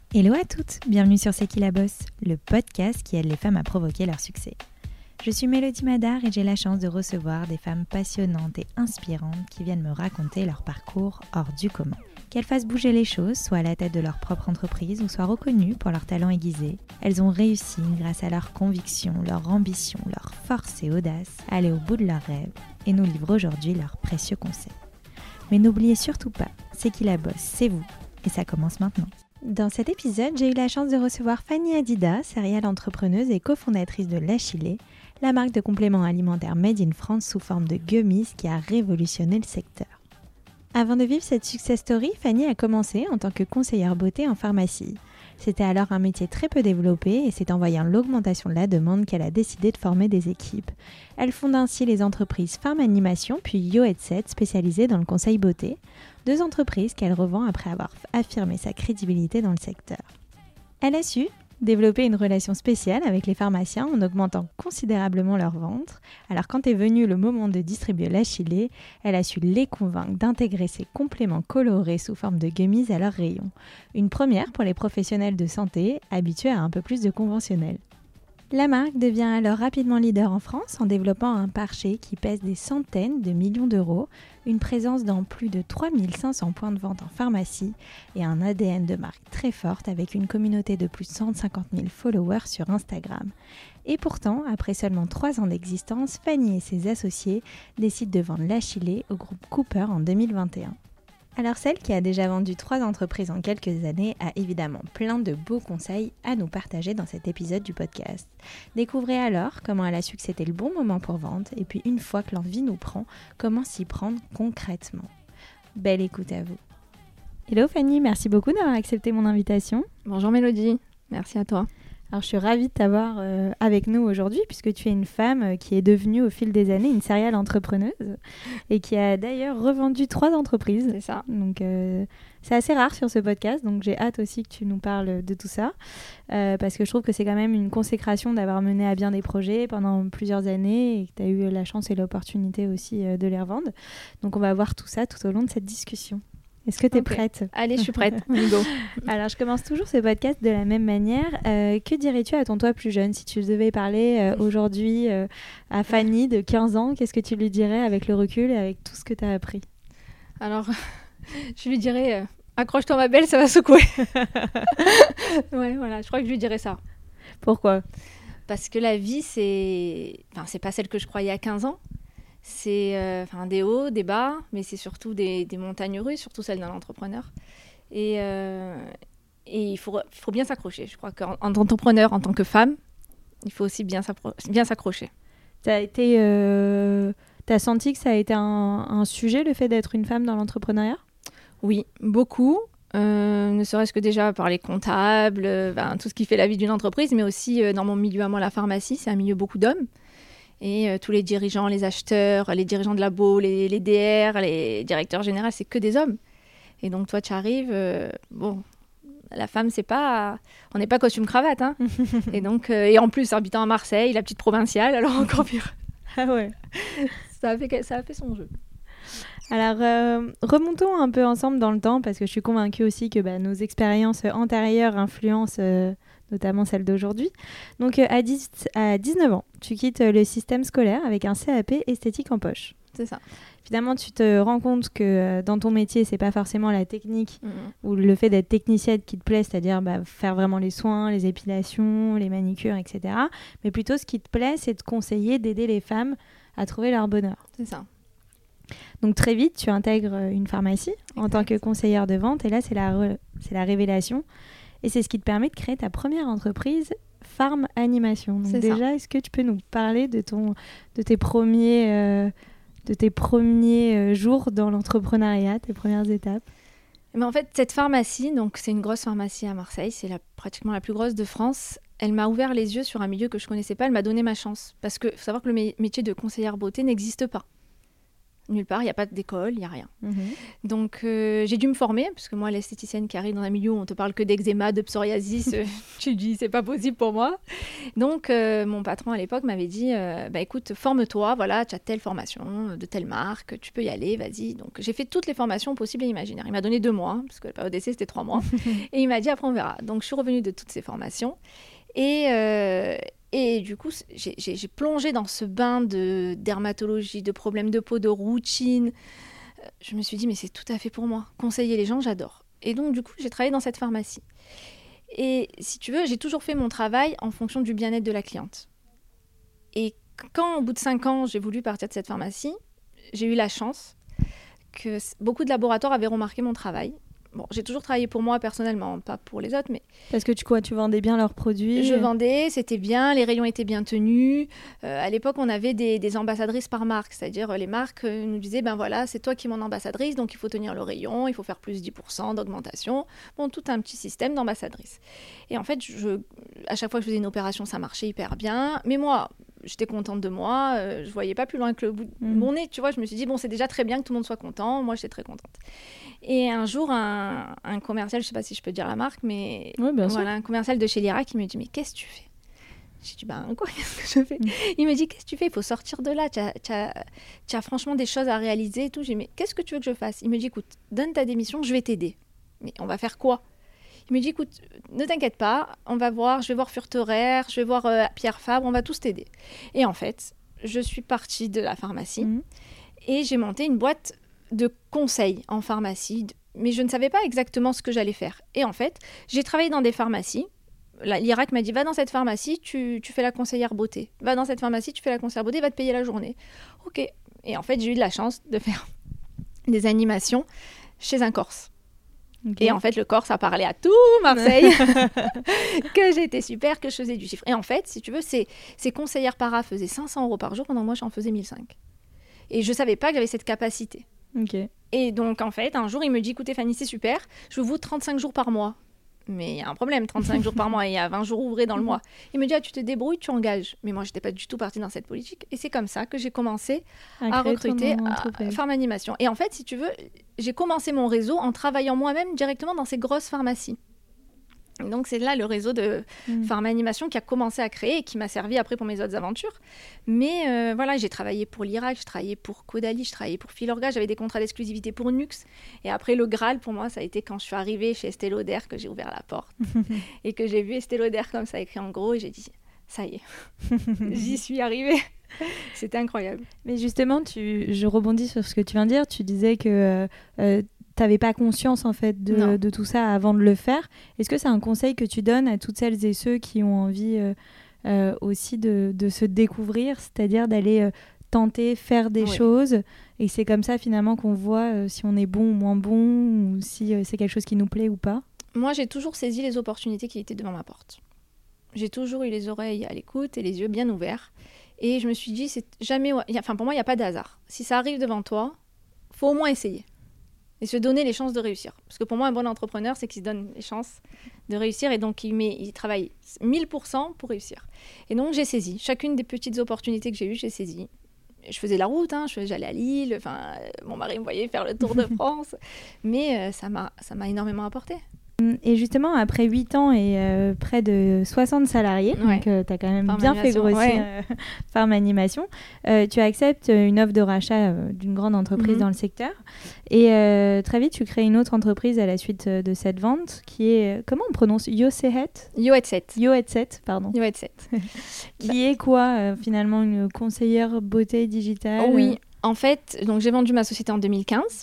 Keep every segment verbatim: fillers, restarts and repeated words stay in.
Hello à toutes, bienvenue sur C'est qui la bosse, le podcast qui aide les femmes à provoquer leur succès. Je suis Mélodie Madar et j'ai la chance de recevoir des femmes passionnantes et inspirantes qui viennent me raconter leur parcours hors du commun. Qu'elles fassent bouger les choses, soit à la tête de leur propre entreprise ou soient reconnues pour leur talent aiguisé, elles ont réussi grâce à leur conviction, leur ambition, leur force et audace à aller au bout de leurs rêves et nous livrent aujourd'hui leurs précieux conseils. Mais n'oubliez surtout pas, C'est qui la bosse, c'est vous et ça commence maintenant. Dans cet épisode, j'ai eu la chance de recevoir Fanny Hadida, serial entrepreneuse et cofondatrice de L'Achillée, la marque de compléments alimentaires made in France sous forme de gummies qui a révolutionné le secteur. Avant de vivre cette success story, Fanny a commencé en tant que conseillère beauté en pharmacie. C'était alors un métier très peu développé et c'est en voyant l'augmentation de la demande qu'elle a décidé de former des équipes. Elle fonde ainsi les entreprises Farm Animation puis Yo Headset spécialisées dans le conseil beauté, deux entreprises qu'elle revend après avoir affirmé sa crédibilité dans le secteur. Elle a su développer une relation spéciale avec les pharmaciens en augmentant considérablement leurs ventes. Alors quand est venu le moment de distribuer L'Achillée, elle a su les convaincre d'intégrer ces compléments colorés sous forme de gummies à leurs rayons. Une première pour les professionnels de santé habitués à un peu plus de conventionnel. La marque devient alors rapidement leader en France en développant un marché qui pèse des centaines de millions d'euros, une présence dans plus de trois mille cinq cents points de vente en pharmacie et un A D N de marque très forte avec une communauté de plus de cent cinquante mille followers sur Instagram. Et pourtant, après seulement trois ans d'existence, Fanny et ses associés décident de vendre L'Achillée au groupe Cooper en deux mille vingt et un. Alors celle qui a déjà vendu trois entreprises en quelques années a évidemment plein de beaux conseils à nous partager dans cet épisode du podcast. Découvrez alors comment elle a su que c'était le bon moment pour vendre et puis une fois que l'envie nous prend, comment s'y prendre concrètement. Belle écoute à vous. Hello Fanny, merci beaucoup d'avoir accepté mon invitation. Bonjour Mélodie, merci à toi. Alors je suis ravie de t'avoir euh, avec nous aujourd'hui puisque tu es une femme euh, qui est devenue au fil des années une serial entrepreneuse et qui a d'ailleurs revendu trois entreprises. C'est ça. Donc euh, c'est assez rare sur ce podcast, donc j'ai hâte aussi que tu nous parles de tout ça euh, parce que je trouve que c'est quand même une consécration d'avoir mené à bien des projets pendant plusieurs années et que tu as eu la chance et l'opportunité aussi euh, de les revendre. Donc on va voir tout ça tout au long de cette discussion. Est-ce que tu es okay. prête ? Allez, je suis prête. Go. Alors, je commence toujours ce podcast de la même manière. Euh, que dirais-tu à ton toi plus jeune si tu devais parler euh, aujourd'hui euh, à Fanny de quinze ans ? Qu'est-ce que tu lui dirais avec le recul et avec tout ce que tu as appris ? Alors, je lui dirais euh, accroche-toi ma belle, ça va secouer. Ouais, voilà, je crois que je lui dirais ça. Pourquoi ? Parce que la vie, c'est... Enfin, c'est pas celle que je croyais à quinze ans. C'est euh, enfin, des hauts, des bas, mais c'est surtout des, des montagnes russes, surtout celles d'un entrepreneur. Et, euh, et il faut, faut bien s'accrocher. Je crois qu'en en tant qu'entrepreneur, en tant que femme, il faut aussi bien, bien s'accrocher. T'as été, euh, t'as senti que ça a été un, un sujet, le fait d'être une femme dans l'entrepreneuriat ? Oui, beaucoup. Euh, ne serait-ce que déjà par les comptables, euh, ben, tout ce qui fait la vie d'une entreprise, mais aussi euh, dans mon milieu à moi, la pharmacie, c'est un milieu beaucoup d'hommes. Et euh, tous les dirigeants, les acheteurs, les dirigeants de labo, les, les D R, les directeurs généraux, c'est que des hommes. Et donc toi, tu arrives, euh, bon, la femme, c'est pas, on n'est pas costume-cravate, hein. Et donc, euh, et en plus, habitant à Marseille, la petite provinciale, alors encore pire. Ah ouais. Ça a fait, ça a fait son jeu. Alors, euh, remontons un peu ensemble dans le temps, parce que je suis convaincue aussi que bah, nos expériences antérieures influencent... Euh, notamment celle d'aujourd'hui. Donc euh, à, dix, à dix-neuf ans, tu quittes euh, le système scolaire avec un C A P esthétique en poche. C'est ça. Finalement, tu te rends compte que euh, dans ton métier, c'est pas forcément la technique mmh. ou le fait d'être technicienne qui te plaît, c'est-à-dire bah, faire vraiment les soins, les épilations, les manicures, et cetera. Mais plutôt, ce qui te plaît, c'est de conseiller, d'aider les femmes à trouver leur bonheur. C'est ça. Donc très vite, tu intègres une pharmacie exact. En tant que conseillère de vente. Et là, c'est la, re- c'est la révélation. Et c'est ce qui te permet de créer ta première entreprise, Farm Animation. Donc c'est déjà, ça. Est-ce que tu peux nous parler de, ton, de tes premiers, euh, de tes premiers euh, jours dans l'entrepreneuriat, tes premières étapes ? Mais en fait, cette pharmacie, donc c'est une grosse pharmacie à Marseille, c'est la, pratiquement la plus grosse de France. Elle m'a ouvert les yeux sur un milieu que je ne connaissais pas, elle m'a donné ma chance. Parce qu'il faut savoir que le mé- métier de conseillère beauté n'existe pas. nulle part, il n'y a pas d'école, il n'y a rien. Mmh. Donc, euh, j'ai dû me former, parce que moi, l'esthéticienne qui arrive dans un milieu où on te parle que d'eczéma, de psoriasis, euh, tu dis, c'est pas possible pour moi. Donc, euh, mon patron à l'époque m'avait dit, euh, bah, écoute, forme-toi, voilà, tu as telle formation, de telle marque, tu peux y aller, vas-y. Donc, j'ai fait toutes les formations possibles et imaginaires. Il m'a donné deux mois, parce que la période d'essai, c'était trois mois. Et il m'a dit, après, on verra. Donc, je suis revenue de toutes ces formations. Et... Euh, Et du coup, j'ai, j'ai, j'ai plongé dans ce bain de dermatologie, de problèmes de peau, de routine. Je me suis dit, mais c'est tout à fait pour moi. Conseiller les gens, j'adore. Et donc, du coup, j'ai travaillé dans cette pharmacie. Et si tu veux, j'ai toujours fait mon travail en fonction du bien-être de la cliente. Et quand, au bout de cinq ans, j'ai voulu partir de cette pharmacie, j'ai eu la chance que beaucoup de laboratoires avaient remarqué mon travail. Bon, j'ai toujours travaillé pour moi personnellement, pas pour les autres, mais... Parce que tu, quoi, tu vendais bien leurs produits? Je vendais, c'était bien, les rayons étaient bien tenus. Euh, à l'époque, on avait des, des ambassadrices par marque, c'est-à-dire les marques euh, nous disaient, ben voilà, c'est toi qui es mon ambassadrice, donc il faut tenir le rayon, il faut faire plus dix pour cent d'augmentation. Bon, tout un petit système d'ambassadrice. Et en fait, je, à chaque fois que je faisais une opération, ça marchait hyper bien. Mais moi, j'étais contente de moi, euh, je voyais pas plus loin que le bout de mmh. mon nez, tu vois. Je me suis dit, bon, c'est déjà très bien que tout le monde soit content, moi, j'étais très contente. Et un jour, un, un commercial, je ne sais pas si je peux dire la marque, mais oui, bien voilà, sûr. un commercial de chez Lira qui me dit, mais qu'est-ce que tu fais? J'ai dit, ben quoi, qu'est-ce que je fais? mmh. Il me dit, qu'est-ce que tu fais? Il faut sortir de là, tu as, tu as, tu as franchement des choses à réaliser et tout. J'ai dit, mais qu'est-ce que tu veux que je fasse? Il me dit, écoute, donne ta démission, je vais t'aider. Mais on va faire quoi? Il me dit, écoute, ne t'inquiète pas, on va voir, je vais voir Furterer, je vais voir euh, Pierre Fabre, on va tous t'aider. Et en fait, je suis partie de la pharmacie mmh. et j'ai monté une boîte de conseils en pharmacie, mais je ne savais pas exactement ce que j'allais faire. Et en fait, j'ai travaillé dans des pharmacies. L'Irak m'a dit, va dans cette pharmacie, tu, tu fais la conseillère beauté. Va dans cette pharmacie, tu fais la conseillère beauté, va te payer la journée. Ok. Et en fait, j'ai eu de la chance de faire des animations chez un Corse. Okay. Et en fait, le Corse a parlé à tout Marseille, que j'étais super, que je faisais du chiffre. Et en fait, si tu veux, ces, ces conseillères para faisaient cinq cents euros par jour, pendant que moi, j'en faisais mille cinq. Et je ne savais pas que j'avais cette capacité. Okay. Et donc, en fait, un jour, il me dit, écoutez, Fanny, c'est super, je vous trente-cinq jours par mois. Mais il y a un problème, trente-cinq jours par mois, et il y a vingt jours ouvrés dans le mois. Il me dit, ah, tu te débrouilles, tu engages. Mais moi, je n'étais pas du tout partie dans cette politique. Et c'est comme ça que j'ai commencé à, à recruter à Pharmanimation. Et en fait, si tu veux, j'ai commencé mon réseau en travaillant moi-même directement dans ces grosses pharmacies. Et donc, c'est là le réseau de mmh. Pharmanimation qui a commencé à créer et qui m'a servi après pour mes autres aventures. Mais euh, voilà, j'ai travaillé pour l'Irak, j'ai travaillé pour Caudalie, j'ai travaillé pour Filorga, j'avais des contrats d'exclusivité pour Nux. Et après, le Graal, pour moi, ça a été quand je suis arrivée chez Estée Lauder que j'ai ouvert la porte et que j'ai vu Estée Lauder comme ça écrit en gros et j'ai dit, ça y est, j'y suis arrivée. C'était incroyable. Mais justement, tu, je rebondis sur ce que tu viens de dire. Tu disais que... Euh, tu n'avais pas conscience en fait de, de tout ça avant de le faire. Est-ce que c'est un conseil que tu donnes à toutes celles et ceux qui ont envie euh, euh, aussi de, de se découvrir, c'est-à-dire d'aller euh, tenter, faire des oui. choses, et c'est comme ça finalement qu'on voit euh, si on est bon ou moins bon, ou si euh, c'est quelque chose qui nous plaît ou pas? Moi, j'ai toujours saisi les opportunités qui étaient devant ma porte. J'ai toujours eu les oreilles à l'écoute et les yeux bien ouverts. Et je me suis dit, c'est jamais... Enfin, pour moi, il n'y a pas de hasard. Si ça arrive devant toi, il faut au moins essayer. Et se donner les chances de réussir. Parce que pour moi, un bon entrepreneur, c'est qu'il se donne les chances de réussir et donc il, met, il travaille mille pour cent pour réussir. Et donc, j'ai saisi. Chacune des petites opportunités que j'ai eues, j'ai saisi. Je faisais la route, hein, je, j'allais à Lille, enfin, mon mari me voyait faire le tour de France. Mais euh, ça m'a, ça m'a énormément apporté. Et justement, après huit ans et euh, près de soixante salariés, ouais. donc euh, tu as quand même bien fait grossir ouais. euh, Pharmanimation, euh, tu acceptes une offre de rachat euh, d'une grande entreprise mm-hmm. dans le secteur. Et euh, très vite, tu crées une autre entreprise à la suite de cette vente qui est, comment on prononce, Yoheadset Yoheadset. Yoheadset, pardon. Yoheadset. Qui bah. est quoi, euh, finalement, une conseillère beauté digitale? Oui, en fait, donc, j'ai vendu ma société en deux mille quinze.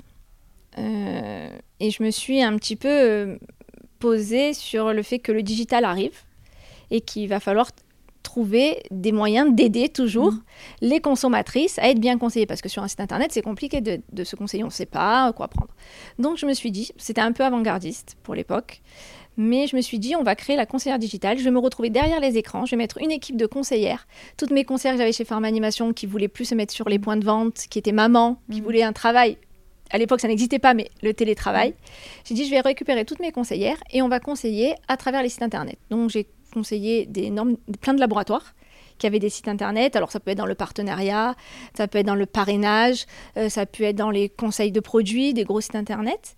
Euh, et je me suis un petit peu... Euh, posé sur le fait que le digital arrive et qu'il va falloir t- trouver des moyens d'aider toujours mmh. les consommatrices à être bien conseillées. Parce que sur un site internet, c'est compliqué de, de se conseiller, on ne sait pas quoi prendre. Donc je me suis dit, c'était un peu avant-gardiste pour l'époque, mais je me suis dit, on va créer la conseillère digitale, je vais me retrouver derrière les écrans, je vais mettre une équipe de conseillères. Toutes mes conseillères que j'avais chez Pharmanimation qui ne voulaient plus se mettre sur les points de vente, qui étaient mamans, mmh. qui voulaient un travail. À l'époque, ça n'existait pas, mais le télétravail. J'ai dit, je vais récupérer toutes mes conseillères et on va conseiller à travers les sites internet. Donc, j'ai conseillé des normes, plein de laboratoires qui avaient des sites internet. Alors ça peut être dans le partenariat, ça peut être dans le parrainage, euh, ça peut être dans les conseils de produits, des gros sites internet.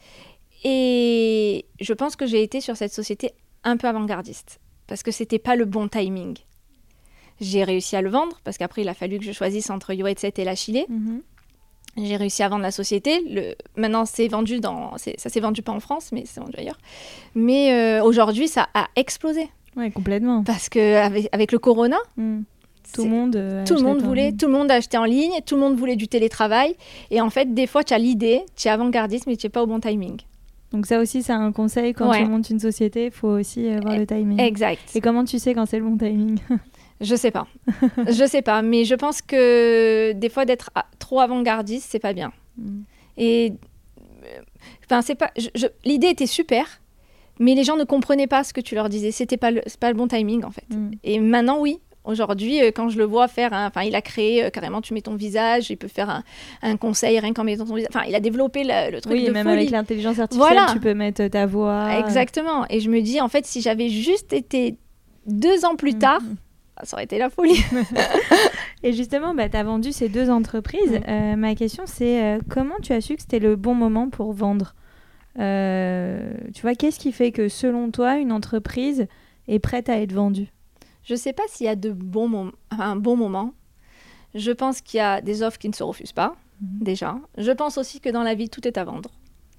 Et je pense que j'ai été sur cette société un peu avant-gardiste parce que c'était pas le bon timing. J'ai réussi à le vendre parce qu'après il a fallu que je choisisse entre Yo Headset et Lachilé. Mm-hmm. J'ai réussi à vendre la société. Le... Maintenant, c'est vendu dans... c'est... ça s'est vendu pas en France, mais c'est vendu ailleurs. Mais euh, aujourd'hui, ça a explosé. Ouais, complètement. Parce qu'avec avec le corona, mm. tout, le monde, euh, tout, le monde voulait, tout le monde achetait en ligne, tout le monde voulait du télétravail. Et en fait, des fois, tu as l'idée, tu es avant-gardiste, mais tu n'es pas au bon timing. Donc ça aussi, c'est un conseil. Quand ouais. tu montes une société, il faut aussi avoir le timing. Exact. Et comment tu sais quand c'est le bon timing ? Je sais pas. je sais pas. Mais je pense que des fois, d'être trop avant-gardiste, c'est pas bien. Mm. Et enfin, c'est pas. Je, je, l'idée était super, mais les gens ne comprenaient pas ce que tu leur disais. C'était pas le, c'est pas le bon timing en fait. Mm. Et maintenant, oui. Aujourd'hui, quand je le vois faire, enfin, il a créé euh, carrément, tu mets ton visage, il peut faire un, un conseil rien qu'en mettant ton visage. Enfin, il a développé le, le truc oui, de même folie. Avec l'intelligence artificielle, voilà. Tu peux mettre ta voix. Exactement. Et je me dis, en fait, si j'avais juste été deux ans plus mm. tard. Ça aurait été la folie. Et justement, bah, tu as vendu ces deux entreprises. Mmh. Euh, ma question, c'est euh, comment tu as su que c'était le bon moment pour vendre ? euh, Tu vois, qu'est-ce qui fait que, selon toi, une entreprise est prête à être vendue ? Je ne sais pas s'il y a de bons mom- un bon moment. Je pense qu'il y a des offres qui ne se refusent pas, mmh. déjà. Je pense aussi que dans la vie, tout est à vendre.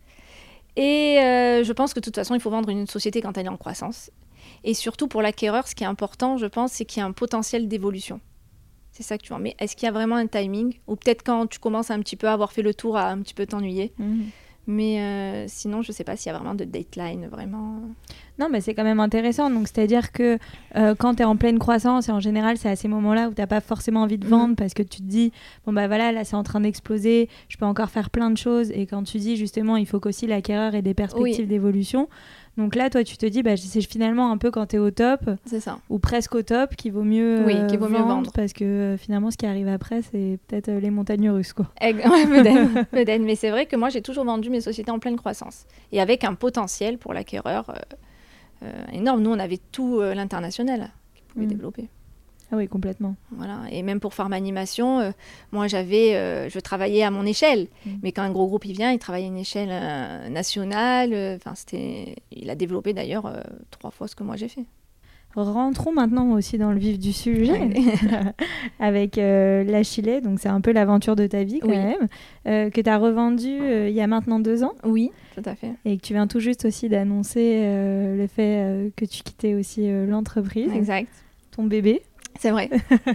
Et euh, je pense que, de toute façon, il faut vendre une société quand elle est en croissance. Et surtout, pour l'acquéreur, ce qui est important, je pense, c'est qu'il y a un potentiel d'évolution. C'est ça que tu vois. Mais est-ce qu'il y a vraiment un timing ? Ou peut-être quand tu commences à un petit peu avoir fait le tour, à un petit peu t'ennuyer. Mmh. Mais euh, sinon, je ne sais pas s'il y a vraiment de deadline, vraiment. Non, mais c'est quand même intéressant. Donc, c'est-à-dire que euh, quand tu es en pleine croissance, et en général, c'est à ces moments-là où tu n'as pas forcément envie de vendre mmh. parce que tu te dis, bon, bah voilà, là, c'est en train d'exploser, je peux encore faire plein de choses. Et quand tu dis, justement, il faut qu'aussi l'acquéreur ait des perspectives oui. d'évolution. Donc là, toi, tu te dis, bah, c'est finalement un peu quand tu es au top, c'est ça. Ou presque au top, qu'il vaut mieux, oui, euh, qu'il vaut vendre, mieux vendre. Parce que euh, finalement, ce qui arrive après, c'est peut-être euh, les montagnes russes, quoi. Ouais, peut-être, peut-être. Mais c'est vrai que moi, j'ai toujours vendu mes sociétés en pleine croissance. Et avec un potentiel pour l'acquéreur euh, euh, énorme. Nous, on avait tout euh, l'international qui pouvait mmh. développer. Ah oui, complètement. Voilà. Et même pour Pharma Animation, euh, moi, j'avais, euh, je travaillais à mon échelle. Mmh. Mais quand un gros groupe il vient, il travaille à une échelle euh, nationale. Enfin, euh, c'était, il a développé d'ailleurs euh, trois fois ce que moi j'ai fait. Rentrons maintenant aussi dans le vif du sujet ouais. avec euh, Lachilé. Donc, c'est un peu l'aventure de ta vie quand oui. même, euh, que tu as revendu euh, il y a maintenant deux ans. Oui, tout à fait. Et que tu viens tout juste aussi d'annoncer euh, le fait euh, que tu quittais aussi euh, l'entreprise. Exact. Ton bébé. C'est vrai.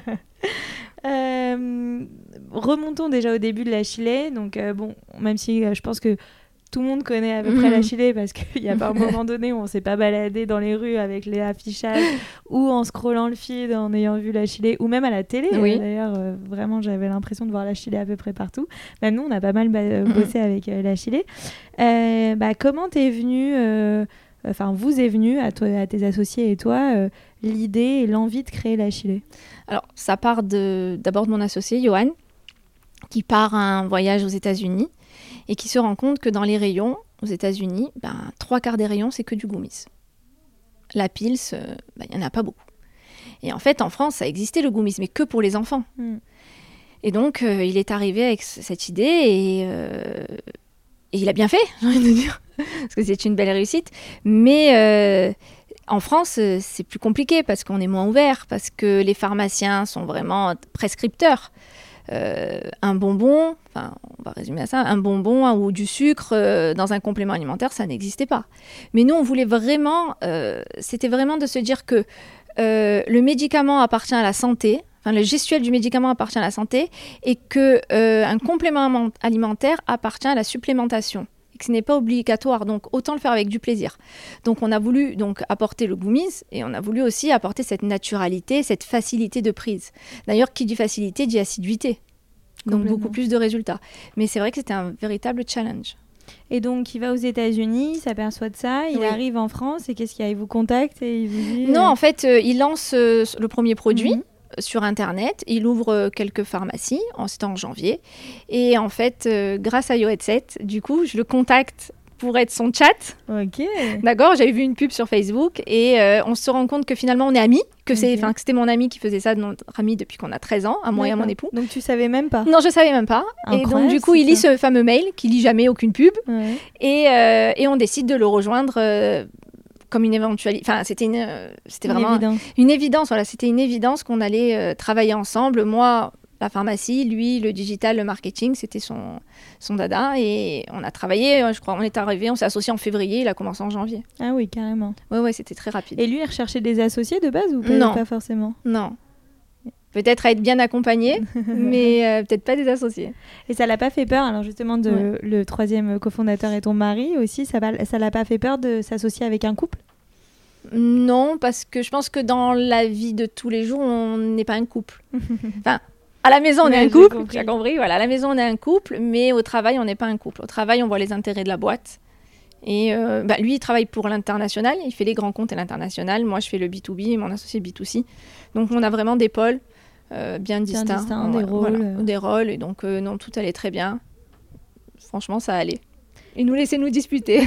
euh, remontons déjà au début de Lachilé. Donc, euh, bon, même si euh, je pense que tout le monde connaît à peu mmh. près Lachilé parce qu'il n'y a pas un moment donné où on ne s'est pas baladé dans les rues avec les affichages ou en scrollant le feed en ayant vu Lachilé ou même à la télé. Oui. D'ailleurs, euh, vraiment, j'avais l'impression de voir Lachilé à peu près partout. Bah, nous, on a pas mal ba- bossé mmh. avec euh, Lachilé. Euh, bah, comment t'es venu, euh, enfin, vous est venu à, toi, à tes associés et toi euh, l'idée et l'envie de créer Lachilé ? Alors, ça part de, d'abord de mon associé, Johan, qui part à un voyage aux États-Unis et qui se rend compte que dans les rayons aux États-Unis, ben, trois quarts des rayons, c'est que du goumis. La Pils, il euh, ben, n'y en a pas beaucoup. Et en fait, en France, ça existait le goumis, mais que pour les enfants. Mm. Et donc, euh, il est arrivé avec c- cette idée et, euh, et il a bien fait, j'ai envie de dire, parce que c'est une belle réussite. Mais euh, en France, c'est plus compliqué parce qu'on est moins ouvert, parce que les pharmaciens sont vraiment prescripteurs. Euh, un bonbon, enfin on va résumer à ça, un bonbon ou du sucre euh, dans un complément alimentaire, ça n'existait pas. Mais nous, on voulait vraiment, euh, c'était vraiment de se dire que euh, le médicament appartient à la santé, enfin le gestuel du médicament appartient à la santé, et que euh, un complément alimentaire appartient à la supplémentation. Et que ce n'est pas obligatoire, donc autant le faire avec du plaisir. Donc on a voulu donc apporter le goumis et on a voulu aussi apporter cette naturalité, cette facilité de prise. D'ailleurs, qui dit facilité dit assiduité, donc beaucoup plus de résultats. Mais c'est vrai que c'était un véritable challenge. Et donc il va aux États-Unis, il s'aperçoit de ça, il oui. arrive en France et qu'est-ce qu'il y a ? Il vous contacte et il vous dit... Non, en fait, euh, il lance euh, le premier produit. Mm-hmm. Sur Internet, il ouvre quelques pharmacies, c'était en janvier, et en fait, euh, grâce à Yo Headset, du coup, je le contacte pour être son chat. Ok. D'accord, j'avais vu une pub sur Facebook et euh, on se rend compte que finalement on est amis, que, okay. c'est, que c'était mon ami qui faisait ça, notre ami depuis qu'on a treize ans, à moi D'accord. et à mon époux. Donc tu savais même pas? Non, je savais même pas. Incroyable, et donc du coup, il lit ça. ce fameux mail qui lit jamais aucune pub ouais. et, euh, et on décide de le rejoindre euh, comme une éventualité. Enfin, c'était, une, euh, c'était une vraiment évidence. une évidence. Voilà, c'était une évidence qu'on allait euh, travailler ensemble. Moi, la pharmacie, lui, le digital, le marketing, c'était son, son dada. Et on a travaillé, je crois, on est arrivé, on s'est associé en février, il a commencé en janvier. Ah oui, carrément. Ouais, ouais, c'était très rapide. Et lui, il recherchait des associés de base ou pas, non. pas forcément? Non. Peut-être à être bien accompagné, mais euh, peut-être pas des associés. Et ça l'a pas fait peur, alors justement, de, ouais. le troisième cofondateur est ton mari aussi, ça, va, ça l'a pas fait peur de s'associer avec un couple? Non, parce que je pense que dans la vie de tous les jours, on n'est pas un couple. Enfin, à la maison, on ouais, est un couple, tu as compris. Voilà, à la maison, on est un couple, mais au travail, on n'est pas un couple. Au travail, on voit les intérêts de la boîte. Et euh, bah, lui, il travaille pour l'international, il fait les grands comptes et l'international. Moi, je fais le B deux B et mon associé B deux C. Donc, on a vraiment des pôles euh, bien, bien distincts. Distinct, des ouais, rôles. Voilà, des rôles. Et donc, euh, non, tout allait très bien. Franchement, ça allait. Et nous laisser nous disputer.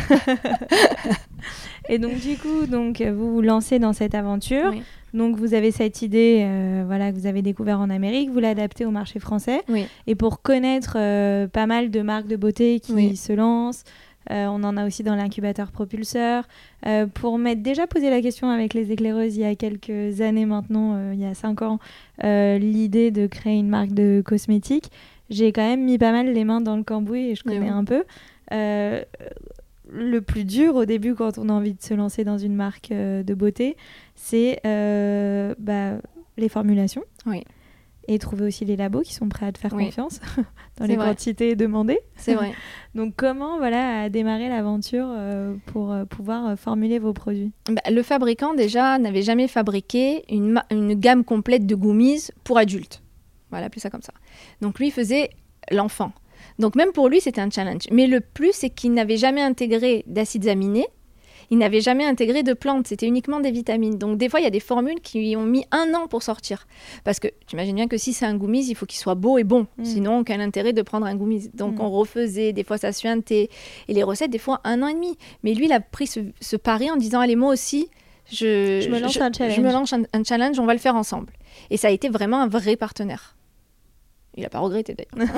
Et donc, du coup, donc, vous vous lancez dans cette aventure. Oui. Donc, vous avez cette idée euh, voilà, que vous avez découvert en Amérique, vous l'adaptez au marché français. Oui. Et pour connaître euh, pas mal de marques de beauté qui oui. se lancent, euh, on en a aussi dans l'incubateur propulseur. Euh, pour m'être déjà posé la question avec les éclaireuses il y a quelques années maintenant, euh, il y a cinq ans, euh, l'idée de créer une marque de cosmétiques, j'ai quand même mis pas mal les mains dans le cambouis et je connais oui. un peu. Euh, le plus dur au début quand on a envie de se lancer dans une marque euh, de beauté, c'est euh, bah, les formulations oui. et trouver aussi les labos qui sont prêts à te faire oui. confiance dans c'est les vrai. quantités demandées. C'est vrai. Donc comment voilà, a démarré l'aventure euh, pour euh, pouvoir euh, formuler vos produits? bah, Le fabricant déjà n'avait jamais fabriqué une, ma- une gamme complète de gummies pour adultes. On va l'appeler ça comme ça. Donc lui faisait l'enfant. Donc même pour lui, c'était un challenge. Mais le plus, c'est qu'il n'avait jamais intégré d'acides aminés. Il n'avait jamais intégré de plantes. C'était uniquement des vitamines. Donc des fois, il y a des formules qui ont mis un an pour sortir. Parce que tu imagines bien que si c'est un gummies, il faut qu'il soit beau et bon. Mmh. Sinon, aucun intérêt de prendre un gummies. Donc mmh. on refaisait. Des fois, ça suintait. Et les recettes, des fois, un an et demi. Mais lui, il a pris ce, ce pari en disant, allez, moi aussi, je, je me lance je, un challenge. Je me lance un, un challenge, on va le faire ensemble. Et ça a été vraiment un vrai partenaire. Il n'a pas regretté d'ailleurs.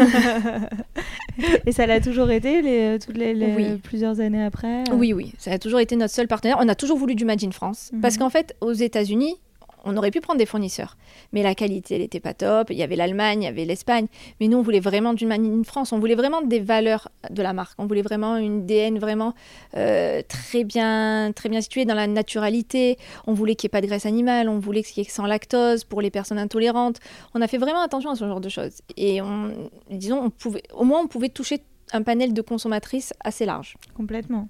Et ça l'a toujours été les, toutes les, les oui. plusieurs années après euh... Oui, oui. Ça a toujours été notre seul partenaire. On a toujours voulu du Made in France. Mm-hmm. Parce qu'en fait, aux États-Unis, on aurait pu prendre des fournisseurs. Mais la qualité, elle n'était pas top. Il y avait l'Allemagne, il y avait l'Espagne. Mais nous, on voulait vraiment du Made in France. On voulait vraiment des valeurs de la marque. On voulait vraiment une D N vraiment euh, très bien, très bien située dans la naturalité. On voulait qu'il n'y ait pas de graisse animale. On voulait qu'il y ait sans lactose pour les personnes intolérantes. On a fait vraiment attention à ce genre de choses. Et on, disons, on pouvait, au moins, on pouvait toucher un panel de consommatrices assez large. Complètement.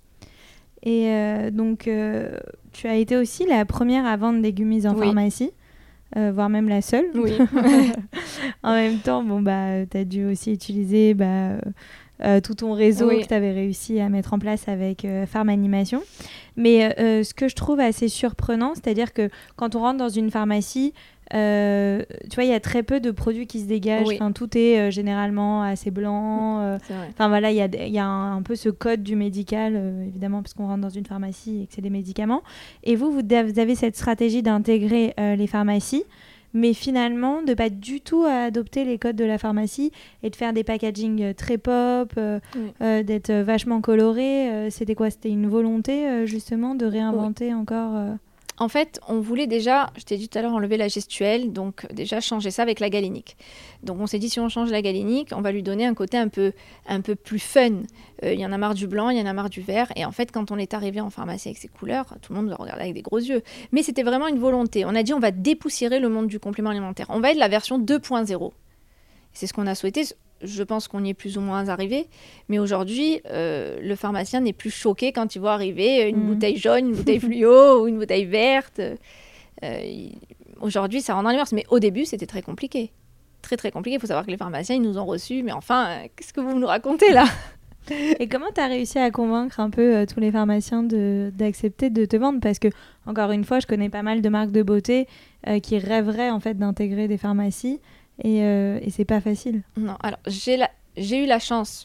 Et euh, donc, euh, tu as été aussi la première à vendre des gummies en oui. pharmacie, euh, voire même la seule. Oui. En même temps, bon, bah, tu as dû aussi utiliser bah, euh, tout ton réseau oui. que tu avais réussi à mettre en place avec euh, Pharmanimation. Mais euh, ce que je trouve assez surprenant, c'est-à-dire que quand on rentre dans une pharmacie, Euh, tu vois, il y a très peu de produits qui se dégagent. Oui. Enfin, tout est euh, généralement assez blanc. Euh, enfin voilà, il y a, y a un, un peu ce code du médical, euh, évidemment, parce qu'on rentre dans une pharmacie et que c'est des médicaments. Et vous, vous, vous avez cette stratégie d'intégrer euh, les pharmacies, mais finalement de pas du tout adopter les codes de la pharmacie et de faire des packaging très pop, euh, oui. euh, d'être vachement coloré. Euh, c'était quoi? C'était une volonté euh, justement de réinventer oui. encore euh... En fait, on voulait déjà, je t'ai dit tout à l'heure, enlever la gestuelle, donc déjà changer ça avec la galénique. Donc on s'est dit, si on change la galénique, on va lui donner un côté un peu, un peu plus fun. Il euh, y en a marre du blanc, il y en a marre du vert. Et en fait, quand on est arrivé en pharmacie avec ces couleurs, tout le monde le regardait avec des gros yeux. Mais c'était vraiment une volonté. On a dit, on va dépoussiérer le monde du complément alimentaire. On va être la version deux point zéro. C'est ce qu'on a souhaité. Je pense qu'on y est plus ou moins arrivé. Mais aujourd'hui, euh, le pharmacien n'est plus choqué quand il voit arriver une mmh. bouteille jaune, une bouteille fluo ou une bouteille verte. Euh, il... Aujourd'hui, ça rend dans les mœurs. Mais au début, c'était très compliqué. Très, très compliqué. Il faut savoir que les pharmaciens, ils nous ont reçus. Mais enfin, euh, qu'est-ce que vous nous racontez là? Et comment tu as réussi à convaincre un peu euh, tous les pharmaciens de, d'accepter de te vendre? Parce que, encore une fois, je connais pas mal de marques de beauté euh, qui rêveraient en fait, d'intégrer des pharmacies. Et, euh, et c'est pas facile. Non, alors j'ai, la, j'ai eu la chance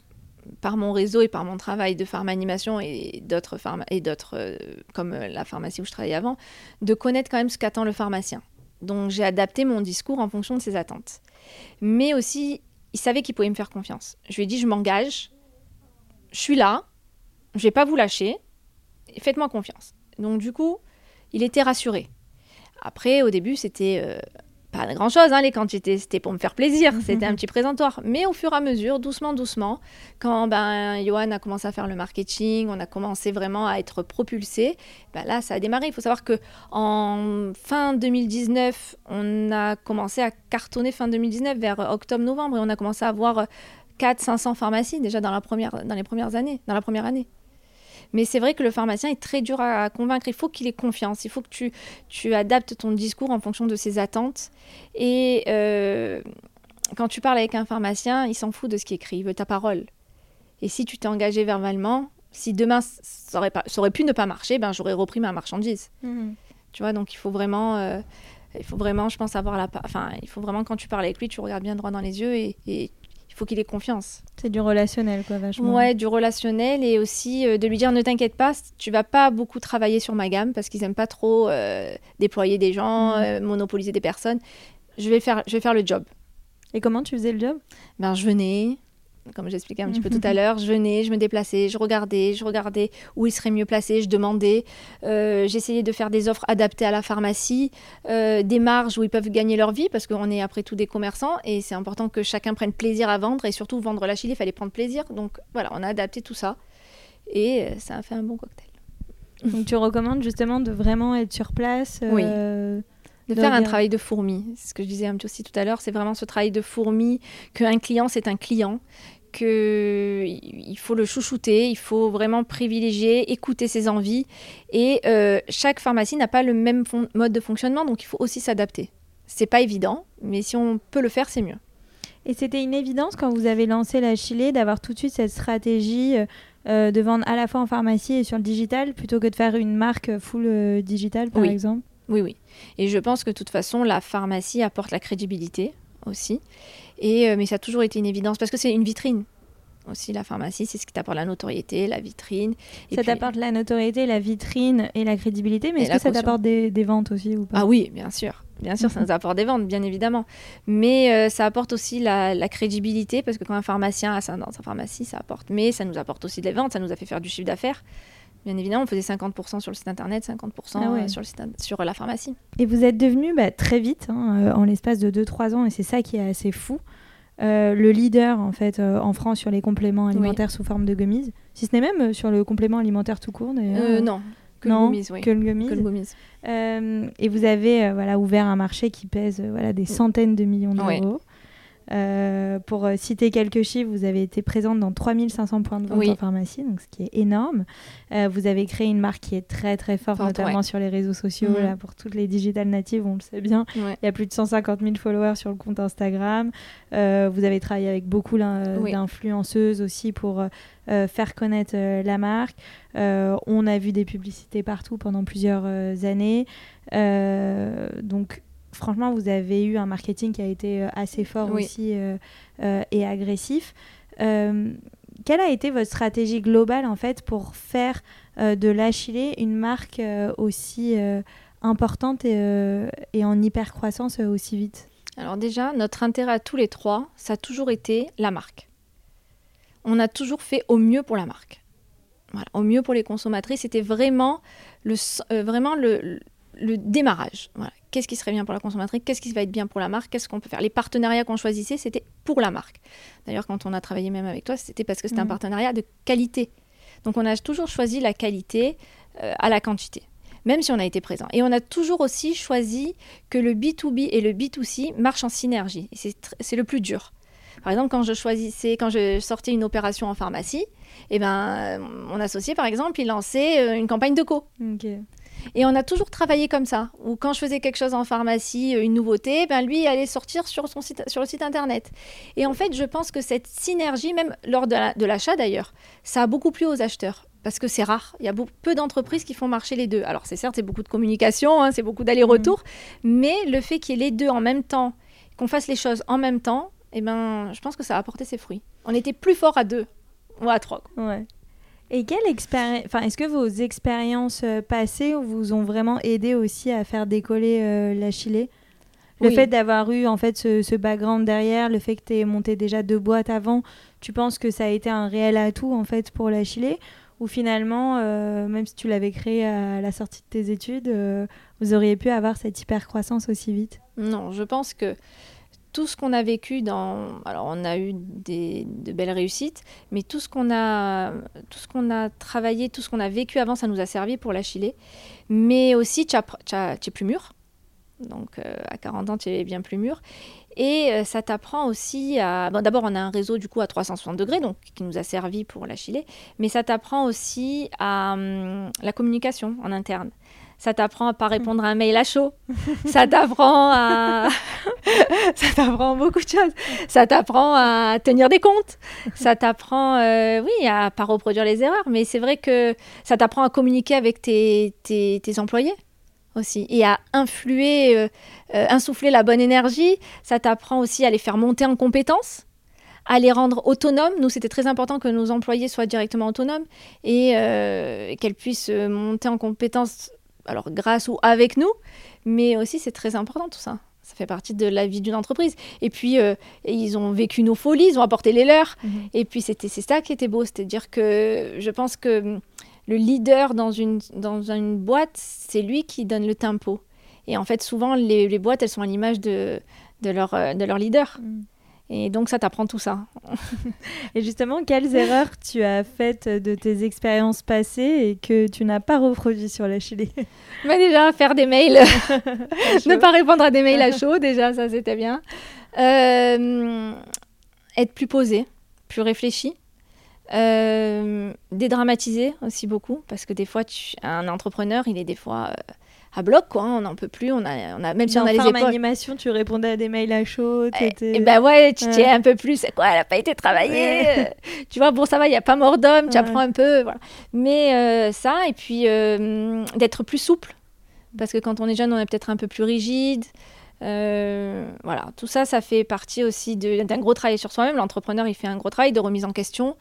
par mon réseau et par mon travail de pharma-animation et d'autres, pharma- et d'autres euh, comme euh, la pharmacie où je travaillais avant, de connaître quand même ce qu'attend le pharmacien. Donc j'ai adapté mon discours en fonction de ses attentes. Mais aussi, il savait qu'il pouvait me faire confiance. Je lui ai dit, je m'engage, je suis là, je ne vais pas vous lâcher, faites-moi confiance. Donc du coup, il était rassuré. Après, au début, c'était euh, pas grand-chose, hein, les quantités, c'était pour me faire plaisir, c'était un petit présentoir. Mais au fur et à mesure, doucement, doucement, quand ben, Johan a commencé à faire le marketing, on a commencé vraiment à être propulsé, ben là, ça a démarré. Il faut savoir qu'en fin deux mille dix-neuf, on a commencé à cartonner fin deux mille dix-neuf, vers octobre-novembre, et on a commencé à avoir quatre cents à cinq cents pharmacies déjà dans, la première, dans les premières années, dans la première année. Mais c'est vrai que le pharmacien est très dur à convaincre. Il faut qu'il ait confiance. Il faut que tu, tu adaptes ton discours en fonction de ses attentes. Et euh, quand tu parles avec un pharmacien, il s'en fout de ce qui est écrit. Il veut ta parole. Et si tu t'es engagé verbalement, si demain ça aurait, pas, ça aurait pu ne pas marcher, ben, j'aurais repris ma marchandise. Mmh. Tu vois, donc il faut vraiment... Euh, il faut vraiment, je pense, avoir la... Enfin, il faut vraiment, quand tu parles avec lui, tu regardes bien droit dans les yeux et... et il faut qu'il ait confiance. C'est du relationnel, quoi, vachement. Ouais, du relationnel et aussi euh, de lui dire ne t'inquiète pas, tu vas pas beaucoup travailler sur ma gamme parce qu'ils aiment pas trop euh, déployer des gens, mmh. euh, monopoliser des personnes. Je vais faire, je vais faire le job. Et comment tu faisais le job ? Ben, je venais, comme j'expliquais un petit peu tout à l'heure, je venais, je me déplaçais, je regardais, je regardais où il serait mieux placé, je demandais, euh, j'essayais de faire des offres adaptées à la pharmacie, euh, des marges où ils peuvent gagner leur vie, parce qu'on est après tout des commerçants, et c'est important que chacun prenne plaisir à vendre, et surtout vendre la chili, il fallait prendre plaisir, donc voilà, on a adapté tout ça, et ça a fait un bon cocktail. Donc tu recommandes justement de vraiment être sur place euh... Oui. De, de faire regarder. Un travail de fourmi. C'est ce que je disais un petit aussi tout à l'heure. C'est vraiment ce travail de fourmi, qu'un client, c'est un client, qu'il faut le chouchouter, il faut vraiment privilégier, écouter ses envies. Et euh, chaque pharmacie n'a pas le même fon- mode de fonctionnement, donc il faut aussi s'adapter. C'est pas évident, mais si on peut le faire, c'est mieux. Et c'était une évidence quand vous avez lancé la Chilée d'avoir tout de suite cette stratégie euh, de vendre à la fois en pharmacie et sur le digital, plutôt que de faire une marque full euh, digital, par oui. exemple ? Oui, oui. Et je pense que de toute façon, la pharmacie apporte la crédibilité aussi. Et, euh, mais ça a toujours été une évidence parce que c'est une vitrine. Aussi, la pharmacie, c'est ce qui t'apporte la notoriété, la vitrine. Et ça puis... t'apporte la notoriété, la vitrine et la crédibilité, mais est-ce que ça caution. t'apporte des, des ventes aussi ou pas ? Ah oui, bien sûr. Bien sûr, ça nous apporte des ventes, bien évidemment. Mais euh, ça apporte aussi la, la crédibilité parce que quand un pharmacien a ça dans sa pharmacie, ça apporte. Mais ça nous apporte aussi des ventes, ça nous a fait faire du chiffre d'affaires. Bien évidemment, on faisait cinquante pour cent sur le site internet, cinquante pour cent ah ouais. sur, le site, sur la pharmacie. Et vous êtes devenu bah, très vite, hein, euh, en l'espace de deux trois ans, et c'est ça qui est assez fou, euh, le leader en, fait, euh, en France sur les compléments alimentaires oui. sous forme de gummies, si ce n'est même euh, sur le complément alimentaire tout court. Euh, non, que non, le gummies, oui. Que le gummies. Que le gummies. Euh, et vous avez euh, voilà, ouvert un marché qui pèse euh, voilà, des centaines de millions d'euros. Oui. Euh, pour euh, citer quelques chiffres, vous avez été présente dans trois mille cinq cents points de vente oui. en pharmacie, donc ce qui est énorme. Euh, vous avez créé une marque qui est très très forte, forte notamment ouais. sur les réseaux sociaux. Mmh. Là, pour toutes les digital natives, on le sait bien. Ouais. Il y a plus de cent cinquante mille followers sur le compte Instagram. Euh, vous avez travaillé avec beaucoup oui. d'influenceuses aussi pour euh, faire connaître euh, la marque. Euh, on a vu des publicités partout pendant plusieurs euh, années. Euh, donc franchement, vous avez eu un marketing qui a été assez fort oui. aussi euh, euh, et agressif. Euh, quelle a été votre stratégie globale en fait pour faire euh, de la Chilée une marque euh, aussi euh, importante et, euh, et en hyper croissance euh, aussi vite ? Alors déjà, notre intérêt à tous les trois, ça a toujours été la marque. On a toujours fait au mieux pour la marque. Voilà, au mieux pour les consommatrices, c'était vraiment le, euh, vraiment le, le démarrage. Voilà. Qu'est-ce qui serait bien pour la consommatrice ? Qu'est-ce qui va être bien pour la marque ? Qu'est-ce qu'on peut faire ? Les partenariats qu'on choisissait, c'était pour la marque. D'ailleurs, quand on a travaillé même avec toi, c'était parce que c'était mmh. un partenariat de qualité. Donc, on a toujours choisi la qualité euh, à la quantité, même si on a été présent. Et on a toujours aussi choisi que le B deux B et le B deux C marchent en synergie. Et c'est, tr- c'est le plus dur. Par exemple, quand je choisissais, quand je sortais une opération en pharmacie, eh ben, mon associé, par exemple, il lançait une campagne de co. Okay. Et on a toujours travaillé comme ça, où quand je faisais quelque chose en pharmacie, une nouveauté, ben lui allait sortir sur, son site, sur le site internet. Et en fait, je pense que cette synergie, même lors de, la, de l'achat d'ailleurs, ça a beaucoup plu aux acheteurs. Parce que c'est rare, il y a beaucoup, peu d'entreprises qui font marcher les deux. Alors c'est certes, c'est beaucoup de communication, hein, c'est beaucoup d'aller-retour, mmh. mais le fait qu'il y ait les deux en même temps, qu'on fasse les choses en même temps, eh ben, je pense que ça a apporté ses fruits. On était plus forts à deux. ou à trois. Quoi. Ouais. Et quelle expérience, enfin, est-ce que vos expériences euh, passées vous ont vraiment aidé aussi à faire décoller euh, l'Achillée ? Le oui. fait d'avoir eu en fait ce, ce background derrière, le fait que tu aies monté déjà deux boîtes avant, tu penses que ça a été un réel atout en fait pour l'Achillée ? Ou finalement, euh, même si tu l'avais créé à la sortie de tes études, euh, vous auriez pu avoir cette hyper croissance aussi vite ? Non, je pense que tout ce qu'on a vécu dans... Alors, on a eu des, de belles réussites, mais tout ce qu'on a, tout ce qu'on a travaillé, tout ce qu'on a vécu avant, ça nous a servi pour l'Achillée. Mais aussi, tu es plus mûr. Donc, euh, à quarante ans, tu es bien plus mûr. Et euh, ça t'apprend aussi à... Bon, d'abord, on a un réseau, du coup, à trois cent soixante degrés, donc, qui nous a servi pour l'Achillée. Mais ça t'apprend aussi à hum, la communication en interne. Ça t'apprend à ne pas répondre à un mail à chaud. Ça t'apprend à... ça t'apprend beaucoup de choses. Ça t'apprend à tenir des comptes. Ça t'apprend, euh, oui, à ne pas reproduire les erreurs. Mais c'est vrai que ça t'apprend à communiquer avec tes, tes, tes employés aussi. Et à influer, euh, euh, insuffler la bonne énergie. Ça t'apprend aussi à les faire monter en compétences, à les rendre autonomes. Nous, c'était très important que nos employés soient directement autonomes et euh, qu'elles puissent monter en compétences, alors grâce ou avec nous, mais aussi c'est très important tout ça. Ça fait partie de la vie d'une entreprise. Et puis, euh, ils ont vécu nos folies, ils ont apporté les leurs. Mmh. Et puis, c'était, c'est ça qui était beau. C'est-à-dire que je pense que le leader dans une, dans une boîte, c'est lui qui donne le tempo. Et en fait, souvent, les, les boîtes, elles sont à l'image de, de, leur, de leur leader. Mmh. Et donc, ça t'apprend tout ça. Et justement, quelles erreurs tu as faites de tes expériences passées et que tu n'as pas reproduit sur l'Achillée ? Bah déjà, faire des mails. Ne pas répondre à des mails à chaud, déjà, ça, c'était bien. Euh, être plus posé, plus réfléchi. Euh, dédramatiser aussi beaucoup, parce que des fois, tu, un entrepreneur, il est des fois... Euh, à bloc, quoi, hein, on n'en peut plus, on a, on a, même si on a les épaules. En animation, tu répondais à des mails à chaud. Et, et ben ouais, tu tiens ouais. un peu plus, c'est quoi, elle n'a pas été travaillée. Ouais. Tu vois, bon, ça va, il n'y a pas mort d'homme, tu ouais. apprends un peu, voilà. Mais euh, ça, et puis euh, d'être plus souple, parce que quand on est jeune, on est peut-être un peu plus rigide. Euh, voilà, tout ça, ça fait partie aussi de, d'un gros travail sur soi-même. L'entrepreneur, il fait un gros travail de remise en question.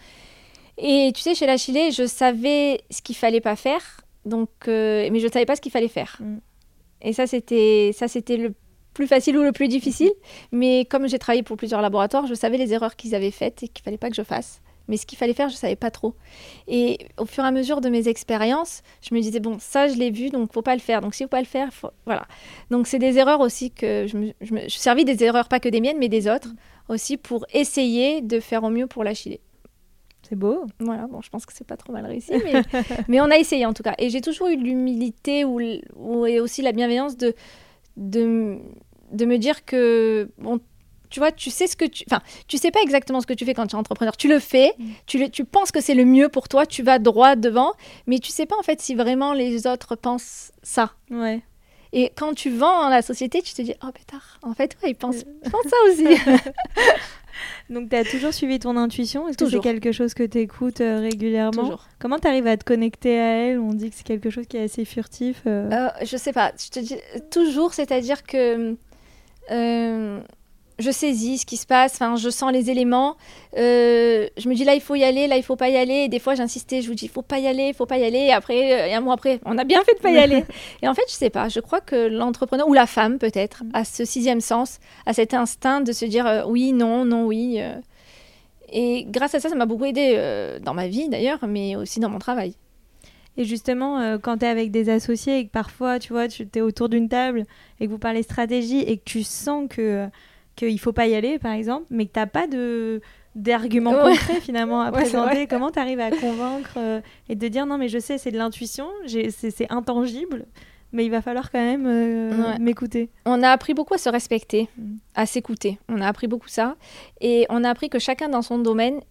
Et tu sais, chez l'Achillée, je savais ce qu'il ne fallait pas faire. Donc, euh, mais je ne savais pas ce qu'il fallait faire. Mm. Et ça c'était, ça, c'était le plus facile ou le plus difficile. Mm. Mais comme j'ai travaillé pour plusieurs laboratoires, je savais les erreurs qu'ils avaient faites et qu'il ne fallait pas que je fasse. Mais ce qu'il fallait faire, je ne savais pas trop. Et au fur et à mesure de mes expériences, je me disais, bon, ça, je l'ai vu, donc il ne faut pas le faire. Donc, s'il ne faut pas le faire, faut... voilà. Donc, c'est des erreurs aussi que je me, je me je servis des erreurs, pas que des miennes, mais des autres mm. aussi, pour essayer de faire au mieux pour l'Achillée. C'est beau. Voilà, bon, je pense que c'est pas trop mal réussi, mais, mais on a essayé en tout cas. Et j'ai toujours eu l'humilité ou, ou, et aussi la bienveillance de, de, de me dire que, bon, tu vois, tu sais ce que tu... Enfin, tu sais pas exactement ce que tu fais quand tu es entrepreneur. Tu le fais, mm. tu, le, tu penses que c'est le mieux pour toi, tu vas droit devant, mais tu sais pas en fait si vraiment les autres pensent ça. Ouais. Et quand tu vends dans la société, tu te dis, oh pétard, en fait, ouais, ils pensent, ils pensent ça aussi. Donc, tu as toujours suivi ton intuition ? Est-ce toujours. que c'est quelque chose que tu écoutes euh, régulièrement ? Toujours. Comment tu arrives à te connecter à elle ? On dit que c'est quelque chose qui est assez furtif. Euh... Euh, je sais pas. Je te dis toujours, c'est-à-dire que euh, je saisis ce qui se passe, enfin, je sens les éléments. Euh, je me dis là, il faut y aller, là, il faut pas y aller. Et des fois, j'insistais, je vous dis, il faut pas y aller, il faut pas y aller. Et après, et un mois après, on a bien fait de pas y aller. Et en fait, je sais pas. Je crois que l'entrepreneur ou la femme peut-être a ce sixième sens, a cet instinct de se dire euh, oui, non, non, oui. Euh. Et grâce à ça, ça m'a beaucoup aidée euh, dans ma vie d'ailleurs, mais aussi dans mon travail. Et justement, euh, quand tu es avec des associés et que parfois, tu vois, tu es autour d'une table et que vous parlez stratégie et que tu sens que qu'il ne faut pas y aller, par exemple, mais que tu n'as pas de, d'arguments ouais. concrets, finalement, à ouais, présenter. Comment tu arrives à convaincre euh, et de dire, non, mais je sais, c'est de l'intuition, j'ai, c'est, c'est intangible, mais il va falloir quand même euh, ouais. m'écouter. On a appris beaucoup à se respecter, mmh. à s'écouter. On a appris beaucoup ça. Et on a appris que chacun dans son domaine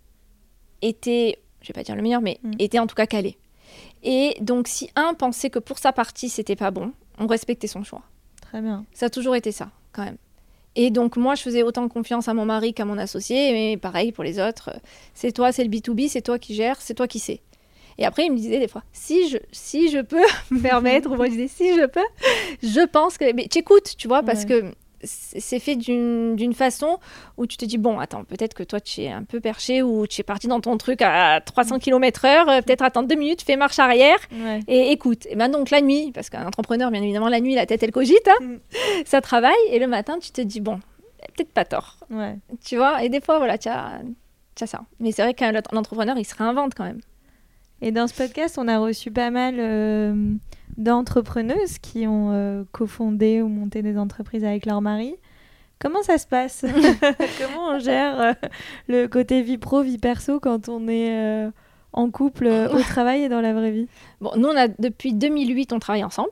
était, je ne vais pas dire le meilleur, mais mmh. était en tout cas calé. Et donc, si un pensait que pour sa partie, c'était pas bon, on respectait son choix. Très bien. Ça a toujours été ça, quand même. Et donc, moi, je faisais autant confiance à mon mari qu'à mon associé. Mais pareil pour les autres. C'est toi, c'est le B to B, c'est toi qui gères, c'est toi qui sais. Et après, il me disait des fois, si je, si je peux me permettre, ou moi je disais, si je peux, je pense que... Mais tu écoutes, tu vois, parce ouais. que c'est fait d'une, d'une façon où tu te dis, bon, attends, peut-être que toi, tu es un peu perché ou tu es parti dans ton truc à trois cents kilomètres heure, peut-être attends deux minutes, fais marche arrière ouais. et écoute. Et ben donc, la nuit, parce qu'un entrepreneur, bien évidemment, la nuit, la tête, elle cogite, hein, mm. ça travaille. Et le matin, tu te dis, bon, peut-être pas tort. Ouais. Tu vois, et des fois, voilà, tu as, tu as ça. Mais c'est vrai qu'un l'entrepreneur, il se réinvente quand même. Et dans ce podcast, on a reçu pas mal euh, d'entrepreneuses qui ont euh, cofondé ou monté des entreprises avec leur mari. Comment ça se passe? Comment on gère euh, le côté vie pro, vie perso quand on est euh, en couple euh, au travail et dans la vraie vie? Bon, nous, on a, depuis deux mille huit, on travaille ensemble.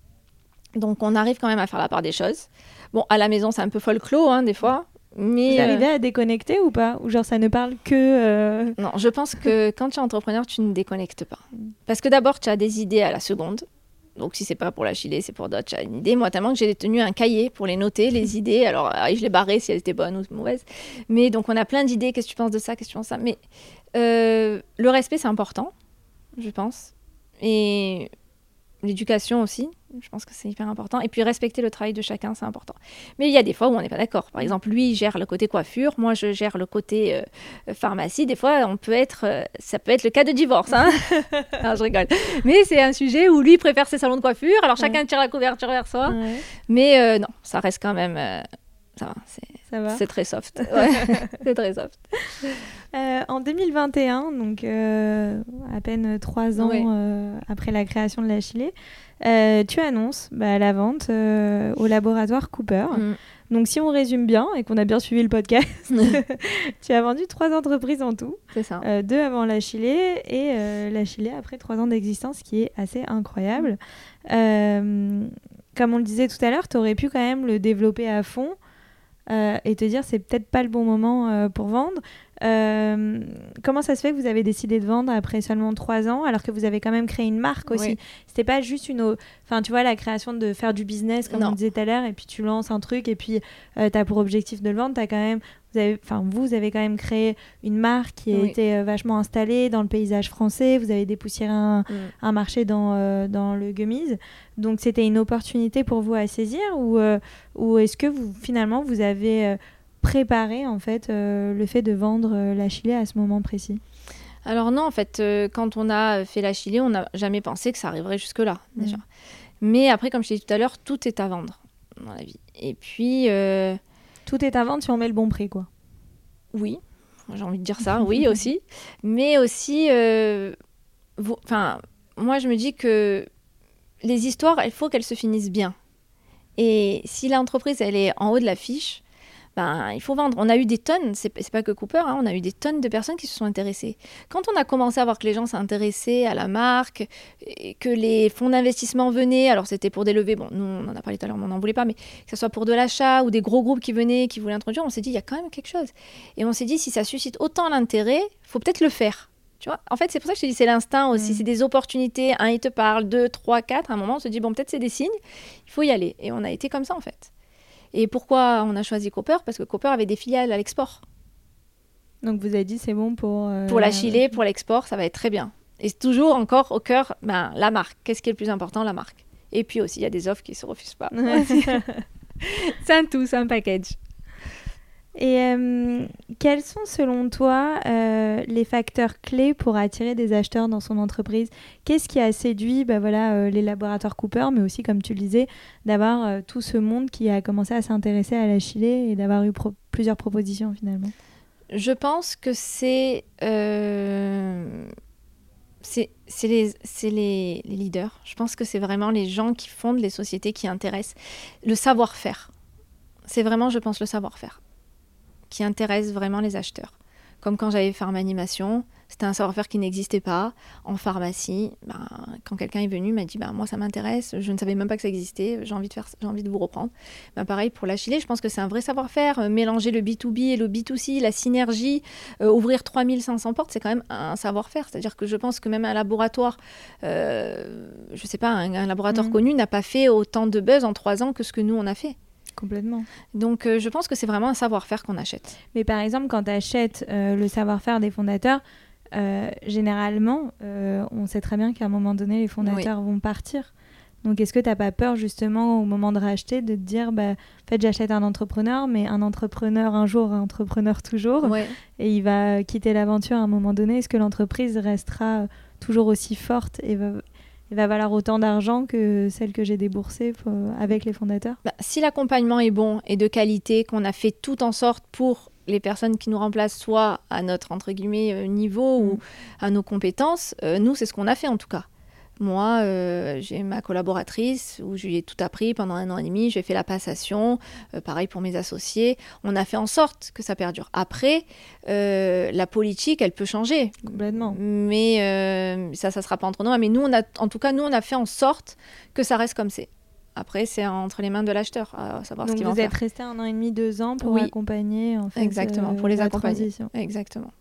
Donc, on arrive quand même à faire la part des choses. Bon, à la maison, c'est un peu folklore, hein, des fois. Mais vous arrivez euh... à déconnecter ou pas? Ou genre ça ne parle que... Euh... Non, je pense que quand tu es entrepreneur, tu ne déconnectes pas. Parce que d'abord, tu as des idées à la seconde. Donc si c'est pas pour la Chile, c'est pour d'autres, tu as une idée. Moi, tellement que j'ai tenu un cahier pour les noter, les idées. Alors, je les barrais si elles étaient bonnes ou mauvaises. Mais donc, on a plein d'idées. Qu'est-ce que tu penses de ça? Qu'est-ce que tu penses de ça? Mais euh, le respect, c'est important, je pense. Et l'éducation aussi. Je pense que c'est hyper important. Et puis, respecter le travail de chacun, c'est important. Mais il y a des fois où on n'est pas d'accord. Par exemple, lui, il gère le côté coiffure. Moi, je gère le côté euh, pharmacie. Des fois, on peut être, euh, ça peut être le cas de divorce. Hein. Non, je rigole. Mais c'est un sujet où lui préfère ses salons de coiffure. Alors, chacun ouais. tire la couverture vers soi. Ouais. Mais euh, non, ça reste quand même... Euh, ça va, c'est, ça va. C'est très soft. Ouais. C'est très soft. Euh, en deux mille vingt et un, donc euh, à peine trois ans oui. euh, après la création de la Chile, euh, tu annonces bah, la vente euh, au laboratoire Cooper. Mm. Donc si on résume bien et qu'on a bien suivi le podcast, tu as vendu trois entreprises en tout. C'est ça. Euh, deux avant la Chile et euh, la Chile après trois ans d'existence, ce qui est assez incroyable. Mm. Euh, comme on le disait tout à l'heure, tu aurais pu quand même le développer à fond. Euh, et te dire c'est peut-être pas le bon moment euh, pour vendre. Euh, comment ça se fait que vous avez décidé de vendre après seulement trois ans alors que vous avez quand même créé une marque aussi? Oui. C'était pas juste une... Enfin, tu vois, la création de faire du business, comme non. on disait tout à l'heure, et puis tu lances un truc et puis euh, t'as pour objectif de le vendre. T'as quand même... Vous avez... Enfin, vous, vous avez quand même créé une marque qui oui. était euh, vachement installée dans le paysage français. Vous avez dépoussiéré un, mm. un marché dans, euh, dans le gummies. Donc, c'était une opportunité pour vous à saisir ou, euh, ou est-ce que vous, finalement, vous avez... Euh, préparer en fait euh, le fait de vendre euh, la Chile à ce moment précis? Alors non, en fait, euh, quand on a fait la Chile, on n'a jamais pensé que ça arriverait jusque-là, déjà. Mmh. Mais après, comme je t'ai dit tout à l'heure, tout est à vendre dans la vie. Et puis... Euh... Tout est à vendre si on met le bon prix, quoi. Oui, j'ai envie de dire ça, oui aussi. Mais aussi, euh... vous... enfin, moi je me dis que les histoires, il faut qu'elles se finissent bien. Et si l'entreprise, elle est en haut de l'affiche, ben, il faut vendre. On a eu des tonnes, c'est, c'est pas que Cooper, hein, on a eu des tonnes de personnes qui se sont intéressées. Quand on a commencé à voir que les gens s'intéressaient à la marque, et que les fonds d'investissement venaient, alors c'était pour des levées, bon, nous on en a parlé tout à l'heure, mais on n'en voulait pas, mais que ce soit pour de l'achat ou des gros groupes qui venaient, qui voulaient introduire, on s'est dit, il y a quand même quelque chose. Et on s'est dit, si ça suscite autant l'intérêt, il faut peut-être le faire. Tu vois, en fait, c'est pour ça que je te dis, c'est l'instinct aussi, mmh. c'est des opportunités. Un, il te parle, deux, trois, quatre, à un moment, on se dit, bon, peut-être c'est des signes, il faut y aller. Et on a été comme ça, en fait. Et pourquoi on a choisi Cooper? Parce que Cooper avait des filiales à l'export. Donc vous avez dit c'est bon pour... Euh, pour la Chile, pour l'export, ça va être très bien. Et c'est toujours encore au cœur, ben, la marque. Qu'est-ce qui est le plus important? La marque. Et puis aussi, il y a des offres qui ne se refusent pas. C'est un tout, c'est un package. Et euh, quels sont selon toi euh, les facteurs clés pour attirer des acheteurs dans son entreprise? Qu'est-ce qui a séduit bah voilà, euh, les laboratoires Cooper, mais aussi, comme tu le disais, d'avoir euh, tout ce monde qui a commencé à s'intéresser à la Chile et d'avoir eu pro- plusieurs propositions finalement? Je pense que c'est, euh, c'est, c'est, les, c'est les, les leaders. Je pense que c'est vraiment les gens qui fondent les sociétés qui intéressent. Le savoir-faire. C'est vraiment, je pense, le savoir-faire qui intéresse vraiment les acheteurs. Comme quand j'avais Pharmanimation, c'était un savoir-faire qui n'existait pas. En pharmacie, ben, quand quelqu'un est venu, il m'a dit ben, « moi ça m'intéresse, je ne savais même pas que ça existait, j'ai envie de, faire, j'ai envie de vous reprendre ben, ». Pareil pour la Chile, je pense que c'est un vrai savoir-faire. Euh, mélanger le B deux B et le B deux C, la synergie, euh, ouvrir trois mille cinq cents portes, c'est quand même un savoir-faire. C'est-à-dire que je pense que même un laboratoire, euh, je ne sais pas, un, un laboratoire mmh. connu n'a pas fait autant de buzz en trois ans que ce que nous on a fait. Complètement. Donc, euh, je pense que c'est vraiment un savoir-faire qu'on achète. Mais par exemple, quand tu achètes euh, le savoir-faire des fondateurs, euh, généralement, euh, on sait très bien qu'à un moment donné, les fondateurs oui. vont partir. Donc, est-ce que tu n'as pas peur, justement, au moment de racheter, de te dire, bah, en fait, j'achète un entrepreneur, mais un entrepreneur un jour, un entrepreneur toujours, Ouais. et il va quitter l'aventure à un moment donné. Est-ce que l'entreprise restera toujours aussi forte et va, et va valoir autant d'argent que celle que j'ai déboursée pour, avec les fondateurs? Bah, si l'accompagnement est bon et de qualité, qu'on a fait tout en sorte pour les personnes qui nous remplacent, soit à notre, entre guillemets, niveau mmh. ou à nos compétences, euh, nous, c'est ce qu'on a fait en tout cas. Moi, euh, j'ai ma collaboratrice où je lui ai tout appris pendant un an et demi. J'ai fait la passation, euh, pareil pour mes associés. On a fait en sorte que ça perdure. Après, euh, la politique, elle peut changer. Complètement. Mais euh, ça, ça sera pas entre nous. Mais nous, on a, en tout cas, nous, on a fait en sorte que ça reste comme c'est. Après, c'est entre les mains de l'acheteur à savoir Donc ce qu'il va en vous faire. êtes resté un an et demi, deux ans pour oui. accompagner en fait. Exactement, euh, pour les la accompagner. Transition. Exactement.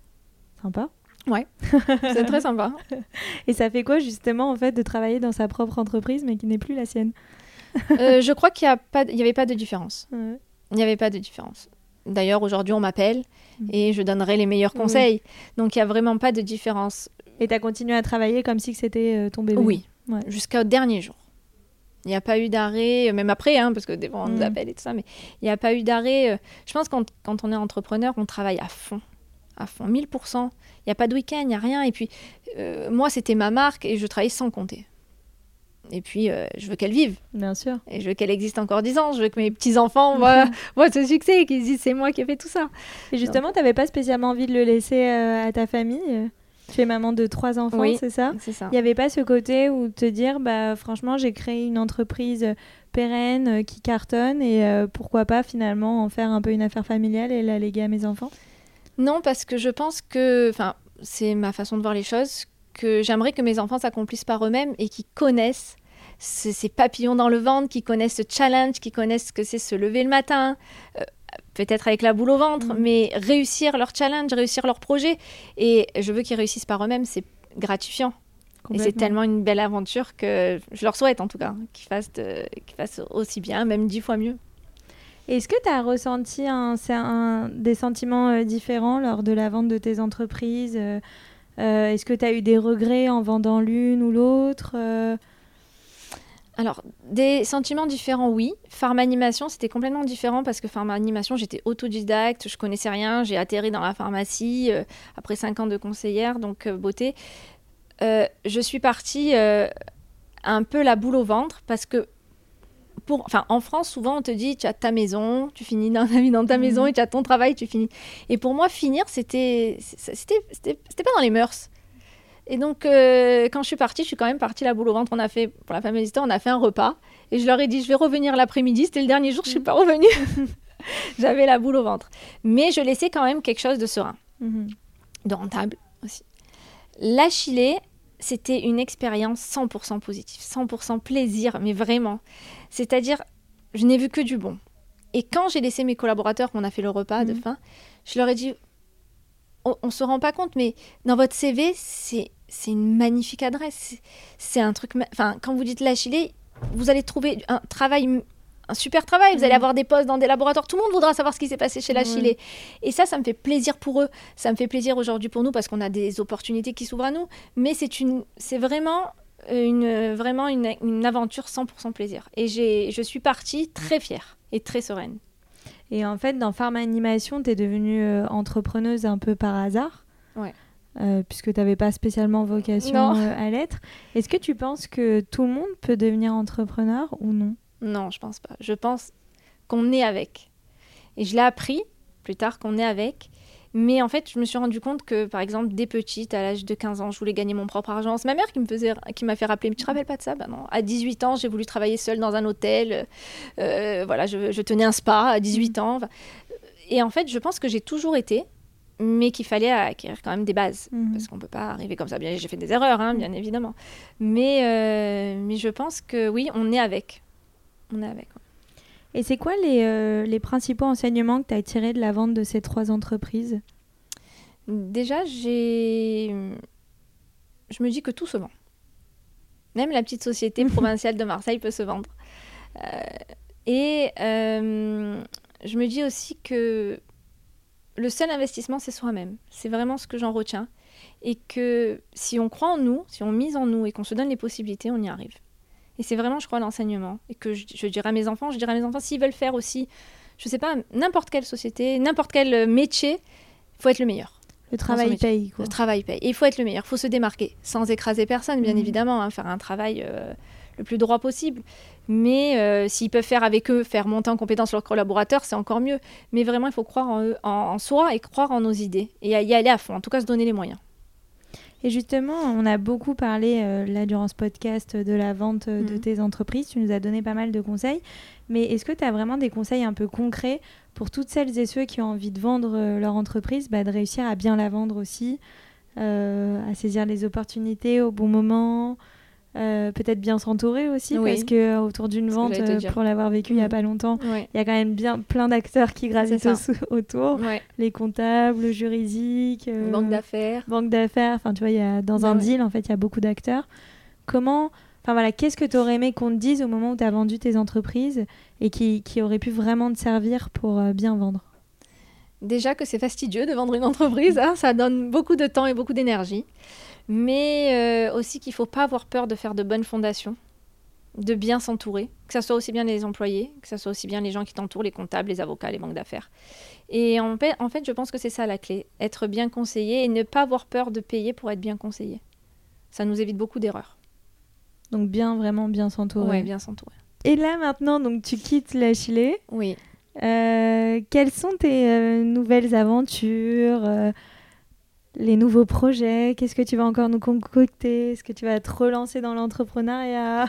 Sympa. Ouais, c'est très sympa. Et ça fait quoi justement en fait de travailler dans sa propre entreprise mais qui n'est plus la sienne? euh, Je crois qu'il n'y avait pas de différence. Ouais. Il n'y avait pas de différence. D'ailleurs, aujourd'hui, on m'appelle mmh. et je donnerai les meilleurs conseils. Oui. Donc, il n'y a vraiment pas de différence. Et tu as continué à travailler comme si c'était euh, ton bébé? Oui, ouais. Jusqu'au dernier jour. Il n'y a pas eu d'arrêt, même après, hein, parce que des fois, on mmh. nous appelle et tout ça, mais il n'y a pas eu d'arrêt. Je pense que quand, quand on est entrepreneur, on travaille à fond. À fond, mille pour cent. Il n'y a pas de week-end, il n'y a rien. Et puis, euh, moi, c'était ma marque et je travaillais sans compter. Et puis, euh, je veux qu'elle vive. Bien sûr. Et je veux qu'elle existe encore dix ans. Je veux que mes petits-enfants voient, voient ce succès et qu'ils se disent c'est moi qui ai fait tout ça. Et justement, tu n'avais pas spécialement envie de le laisser euh, à ta famille? Tu es maman de trois enfants, oui, c'est ça? C'est ça. Il n'y avait pas ce côté où te dire, bah, franchement, j'ai créé une entreprise pérenne euh, qui cartonne et euh, pourquoi pas finalement en faire un peu une affaire familiale et la léguer à mes enfants? Non, parce que je pense que, enfin, c'est ma façon de voir les choses, que j'aimerais que mes enfants s'accomplissent par eux-mêmes et qu'ils connaissent ces, ces papillons dans le ventre, qu'ils connaissent ce challenge, qu'ils connaissent ce que c'est se lever le matin, euh, peut-être avec la boule au ventre, mmh. mais réussir leur challenge, réussir leur projet. Et je veux qu'ils réussissent par eux-mêmes, c'est gratifiant. Et c'est tellement une belle aventure que je leur souhaite en tout cas, qu'ils fassent, de, qu'ils fassent aussi bien, même dix fois mieux. Est-ce que tu as ressenti un, un, des sentiments euh, différents lors de la vente de tes entreprises? euh, euh, Est-ce que tu as eu des regrets en vendant l'une ou l'autre? euh... Alors, des sentiments différents, oui. Pharma Animation, c'était complètement différent parce que Pharma Animation, j'étais autodidacte, je connaissais rien, j'ai atterri dans la pharmacie euh, après cinq ans de conseillère, donc euh, beauté. Euh, je suis partie euh, un peu la boule au ventre parce que Pour, enfin, en France, souvent, on te dit, tu as ta maison, tu finis dans ta vie dans ta mmh. maison et tu as ton travail, tu finis. Et pour moi, finir, c'était, c'était, c'était, c'était pas dans les mœurs. Et donc, euh, quand je suis partie, je suis quand même partie la boule au ventre. On a fait, pour la famille histoire, on a fait un repas. Et je leur ai dit, je vais revenir l'après-midi. C'était le dernier jour, je suis pas revenue. J'avais la boule au ventre. Mais je laissais quand même quelque chose de serein, mmh. de rentable aussi. L'Achillée, c'était une expérience cent pour cent positive, cent pour cent plaisir, mais vraiment. C'est-à-dire, je n'ai vu que du bon. Et quand j'ai laissé mes collaborateurs, qu'on a fait le repas mmh. de fin, je leur ai dit, on ne se rend pas compte, mais dans votre C V, c'est, c'est une magnifique adresse. C'est, c'est un truc... Enfin, quand vous dites l'Achillée, vous allez trouver un travail... un super travail, vous mmh. allez avoir des postes dans des laboratoires, tout le monde voudra savoir ce qui s'est passé chez l'Achillée. Mmh. Et ça, ça me fait plaisir pour eux, ça me fait plaisir aujourd'hui pour nous parce qu'on a des opportunités qui s'ouvrent à nous, mais c'est, une, c'est vraiment, une, vraiment une, une aventure cent pour cent plaisir. Et j'ai, je suis partie très fière et très sereine. Et en fait, dans Pharma Animation, tu es devenue euh, entrepreneuse un peu par hasard, ouais. euh, puisque tu n'avais pas spécialement vocation euh, à l'être. Est-ce que tu penses que tout le monde peut devenir entrepreneur ou non ? Non, je pense pas. Je pense qu'on est avec. Et je l'ai appris plus tard qu'on est avec. Mais en fait, je me suis rendu compte que, par exemple, dès petite, à l'âge de quinze ans, je voulais gagner mon propre argent. C'est ma mère qui, me faisait, qui m'a fait rappeler. Mais tu te rappelles pas de ça ? Ben non. À dix-huit ans, j'ai voulu travailler seule dans un hôtel. Euh, voilà, je, je tenais un spa à dix-huit ans. Et en fait, je pense que j'ai toujours été, mais qu'il fallait acquérir quand même des bases. Mmh. Parce qu'on ne peut pas arriver comme ça. Bien, j'ai fait des erreurs, hein, bien évidemment. Mais, euh, mais je pense que oui, on est avec. On est avec. Ouais. Et c'est quoi les, euh, les principaux enseignements que tu as tirés de la vente de ces trois entreprises ? Déjà, j'ai... je me dis que tout se vend. Même la petite société provinciale de Marseille peut se vendre. Euh, et euh, je me dis aussi que le seul investissement, c'est soi-même. C'est vraiment ce que j'en retiens. Et que si on croit en nous, si on mise en nous et qu'on se donne les possibilités, on y arrive. Et c'est vraiment, je crois, l'enseignement. Et que je, je dirais à mes enfants, je dirais à mes enfants, s'ils veulent faire aussi, je sais pas, n'importe quelle société, n'importe quel métier, il faut être le meilleur. Le travail paye, quoi. Le travail paye. Et il faut être le meilleur, il faut se démarquer, sans écraser personne, bien mmh. évidemment, hein, faire un travail euh, le plus droit possible. Mais euh, s'ils peuvent faire avec eux, faire monter en compétence leurs collaborateurs, c'est encore mieux. Mais vraiment, il faut croire en, eux, en, en soi et croire en nos idées. Et y aller à fond, en tout cas se donner les moyens. Et justement, on a beaucoup parlé, euh, là, durant ce podcast, de la vente euh, de mmh. tes entreprises. Tu nous as donné pas mal de conseils. Mais est-ce que tu as vraiment des conseils un peu concrets pour toutes celles et ceux qui ont envie de vendre euh, leur entreprise, bah, de réussir à bien la vendre aussi, euh, à saisir les opportunités au bon moment, euh, peut-être bien s'entourer aussi, oui. parce qu'autour d'une c'est vente, euh, pour l'avoir vécu mmh. il n'y a pas longtemps, il oui. y a quand même bien plein d'acteurs qui gravitent au- autour. Ouais. Les comptables, le juridique, euh, banque d'affaires. Banque d'affaires, enfin tu vois, y a, dans bah un ouais. deal, en fait, il y a beaucoup d'acteurs. Comment... Enfin voilà, qu'est-ce que tu aurais aimé qu'on te dise au moment où tu as vendu tes entreprises et qui, qui aurait pu vraiment te servir pour euh, bien vendre? Déjà que c'est fastidieux de vendre une entreprise, hein, ça donne beaucoup de temps et beaucoup d'énergie. Mais euh, aussi qu'il ne faut pas avoir peur de faire de bonnes fondations, de bien s'entourer, que ce soit aussi bien les employés, que ce soit aussi bien les gens qui t'entourent, les comptables, les avocats, les banques d'affaires. Et en fait, en fait, je pense que c'est ça la clé, être bien conseillé et ne pas avoir peur de payer pour être bien conseillé. Ça nous évite beaucoup d'erreurs. Donc bien, vraiment bien s'entourer. Oui, bien s'entourer. Et là, maintenant, donc, tu quittes la Chile. Oui. Euh, quelles sont tes euh, nouvelles aventures, euh, les nouveaux projets? Qu'est-ce que tu vas encore nous concocter? Est-ce que tu vas te relancer dans l'entrepreneuriat?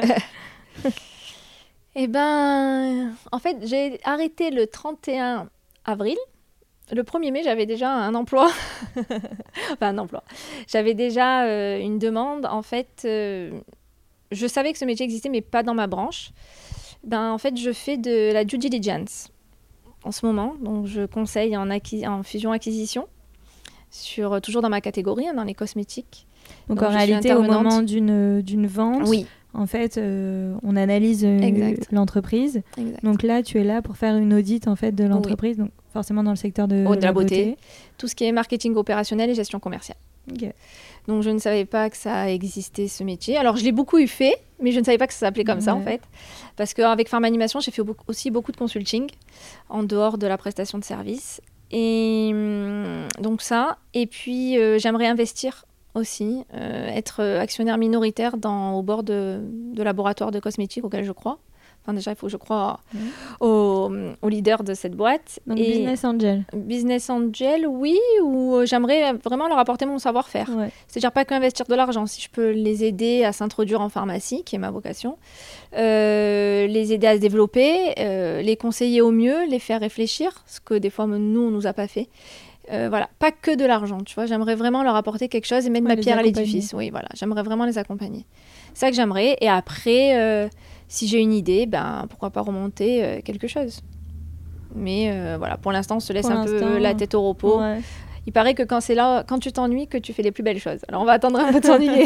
Eh ben, en fait, j'ai arrêté le trente et un avril. Le premier mai, j'avais déjà un emploi. Enfin, un emploi. J'avais déjà euh, une demande. En fait... Euh, Je savais que ce métier existait, mais pas dans ma branche. Ben, en fait, je fais de la due diligence en ce moment. Donc, je conseille en, acquis- en fusion-acquisition, sur, toujours dans ma catégorie, hein, dans les cosmétiques. Donc, Donc en réalité, au moment d'une, d'une vente, oui. en fait, euh, on analyse euh, l'entreprise. Exact. Donc là, tu es là pour faire une audit en fait, de l'entreprise, oui. donc forcément dans le secteur de, oh, de la, la beauté. beauté. Tout ce qui est marketing opérationnel et gestion commerciale. Okay. Donc, je ne savais pas que ça existait, ce métier. Alors, je l'ai beaucoup eu fait, mais je ne savais pas que ça s'appelait comme ouais. ça, en fait. Parce qu'avec Pharma Animation, j'ai fait aussi beaucoup de consulting, en dehors de la prestation de service. Et hum, donc, ça. Et puis, euh, j'aimerais investir aussi, euh, être actionnaire minoritaire dans, au bord de, de laboratoires de cosmétiques auxquels je crois. Enfin, déjà, il faut que je croie mmh. au, au leader de cette boîte. Donc, et business angel. Business angel, oui, ou j'aimerais vraiment leur apporter mon savoir-faire. Ouais. C'est-à-dire pas qu'investir de l'argent, si je peux les aider à s'introduire en pharmacie, qui est ma vocation, euh, les aider à se développer, euh, les conseiller au mieux, les faire réfléchir, ce que des fois, nous, on nous a pas fait. Euh, voilà, pas que de l'argent, tu vois. J'aimerais vraiment leur apporter quelque chose et mettre ouais, ma pierre à l'édifice. Oui, voilà, j'aimerais vraiment les accompagner. C'est ça que j'aimerais. Et après... Euh, Si j'ai une idée, ben, pourquoi pas remonter euh, quelque chose. Mais euh, voilà, pour l'instant, on se laisse pour un peu la tête au repos. Ouais. Il paraît que quand c'est là, quand tu t'ennuies, que tu fais les plus belles choses. Alors, on va attendre un peu de s'ennuyer.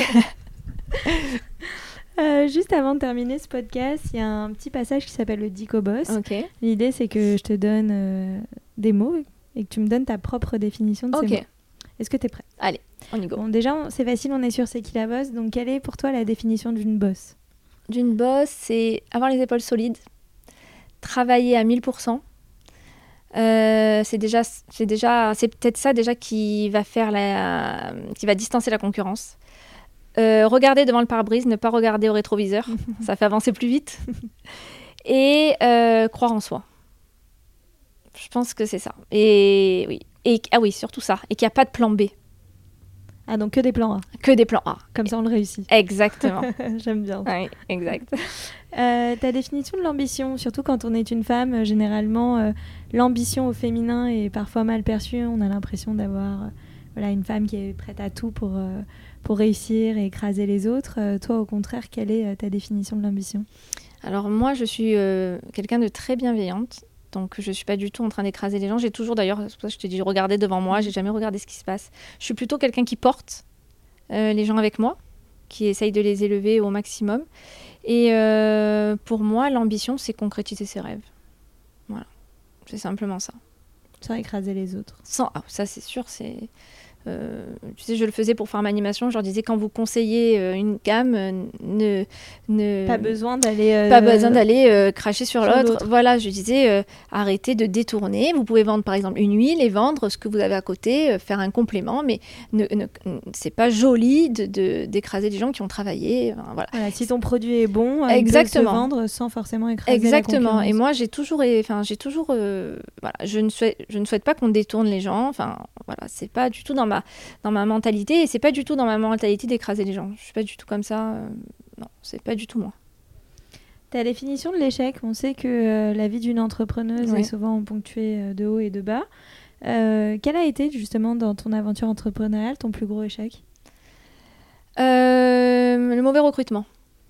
euh, juste avant de terminer ce podcast, il y a un petit passage qui s'appelle le Dico Boss. Okay. L'idée, c'est que je te donne euh, des mots et que tu me donnes ta propre définition de okay. ces mots. Est-ce que tu es prêt? Allez, on y go. Bon, déjà, c'est facile, on est sur C'est qui la bosse. Donc, quelle est pour toi la définition d'une bosse? D'une bosse, c'est avoir les épaules solides, travailler à mille pour cent. Euh, c'est déjà, c'est déjà, c'est peut-être ça déjà qui va faire la, qui va distancer la concurrence. Euh, regarder devant le pare-brise, ne pas regarder au rétroviseur, ça fait avancer plus vite. Et euh, croire en soi. Je pense que c'est ça. Et oui, et ah oui, surtout ça. Et qu'il n'y a pas de plan B. Ah, donc que des plans A. Que des plans A. Comme ça, on le réussit. Exactement. J'aime bien. Oui, exact. Euh, ta définition de l'ambition, surtout quand on est une femme, euh, généralement, euh, l'ambition au féminin est parfois mal perçue. On a l'impression d'avoir euh, voilà, une femme qui est prête à tout pour, euh, pour réussir et écraser les autres. Euh, toi, au contraire, quelle est euh, ta définition de l'ambition? Alors moi, je suis euh, quelqu'un de très bienveillante. Donc, je ne suis pas du tout en train d'écraser les gens. J'ai toujours, d'ailleurs, c'est pour ça que je te dis, regardez devant moi. Je n'ai jamais regardé ce qui se passe. Je suis plutôt quelqu'un qui porte euh, les gens avec moi, qui essaye de les élever au maximum. Et euh, pour moi, l'ambition, c'est concrétiser ses rêves. Voilà. C'est simplement ça. Sans écraser les autres. Sans, ah, ça, c'est sûr. C'est Euh, tu sais, je le faisais pour faire ma animation. Je leur disais, quand vous conseillez euh, une gamme, euh, ne, ne... Pas besoin d'aller... Euh, pas besoin d'aller euh, cracher sur, sur l'autre. l'autre. Voilà, je disais, euh, arrêtez de détourner. Vous pouvez vendre, par exemple, une huile et vendre ce que vous avez à côté, euh, faire un complément. Mais ne, ne, c'est pas joli de, de, d'écraser les gens qui ont travaillé. Enfin, voilà. Voilà, si ton produit est bon, euh, exactement. il peut se vendre sans forcément écraser exactement. la concurrence. Et moi, j'ai toujours... Enfin, j'ai toujours euh, voilà, je, ne souhaite, je ne souhaite pas qu'on détourne les gens. Enfin, voilà, c'est pas du tout dans ma... dans ma mentalité, et c'est pas du tout dans ma mentalité d'écraser les gens. Je suis pas du tout comme ça. Euh, non, c'est pas du tout moi. Ta définition de l'échec, on sait que euh, la vie d'une entrepreneuse oui. est souvent ponctuée euh, de haut et de bas. Euh, quel a été justement dans ton aventure entrepreneuriale ton plus gros échec ? euh, Le mauvais recrutement.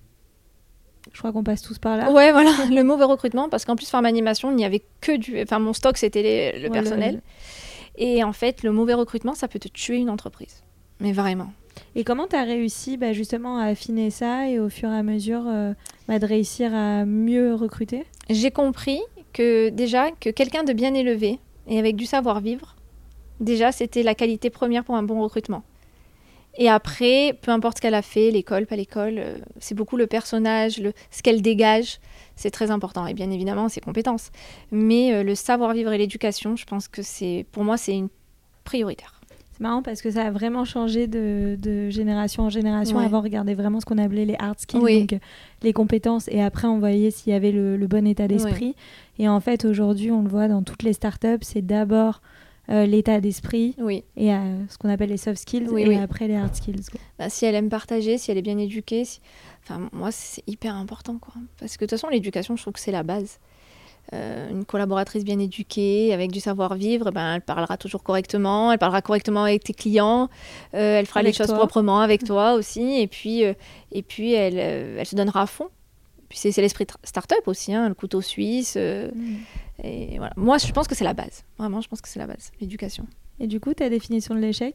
Je crois qu'on passe tous par là. Ouais, voilà, le mauvais recrutement, parce qu'en plus, Pharma Animation, il n'y avait que du... Enfin, mon stock, c'était les, le ouais, personnel. Le... Et en fait, le mauvais recrutement, ça peut te tuer une entreprise. Mais vraiment. Et comment tu as réussi bah, justement à affiner ça et au fur et à mesure euh, bah, de réussir à mieux recruter ? J'ai compris que déjà, que quelqu'un de bien élevé et avec du savoir-vivre, déjà, c'était la qualité première pour un bon recrutement. Et après, peu importe ce qu'elle a fait, l'école, pas l'école, euh, c'est beaucoup le personnage, le, ce qu'elle dégage, c'est très important. Et bien évidemment, ses compétences. Mais euh, le savoir-vivre et l'éducation, je pense que c'est, pour moi, c'est une prioritaire. C'est marrant parce que ça a vraiment changé de, de génération en génération. Ouais. Avant, on regardait vraiment ce qu'on appelait les hard skills, oui. donc les compétences. Et après, on voyait s'il y avait le, le bon état d'esprit. Oui. Et en fait, aujourd'hui, on le voit dans toutes les startups, c'est d'abord euh, l'état d'esprit oui. et euh, ce qu'on appelle les soft skills oui, et oui. après les hard skills. Bah, si elle aime partager, si elle est bien éduquée, si... enfin, moi, c'est hyper important, quoi. Parce que de toute façon, l'éducation, je trouve que c'est la base. Euh, une collaboratrice bien éduquée, avec du savoir-vivre, ben, elle parlera toujours correctement, elle parlera correctement avec tes clients, euh, elle fera avec les choses toi. proprement avec toi aussi, et puis, euh, et puis elle, euh, elle se donnera à fond. Puis c'est, c'est l'esprit tra- start-up aussi, hein, le couteau suisse. Euh, mmh. Et voilà. Moi, je pense que c'est la base. Vraiment, je pense que c'est la base, l'éducation. Et du coup, ta définition de l'échec ?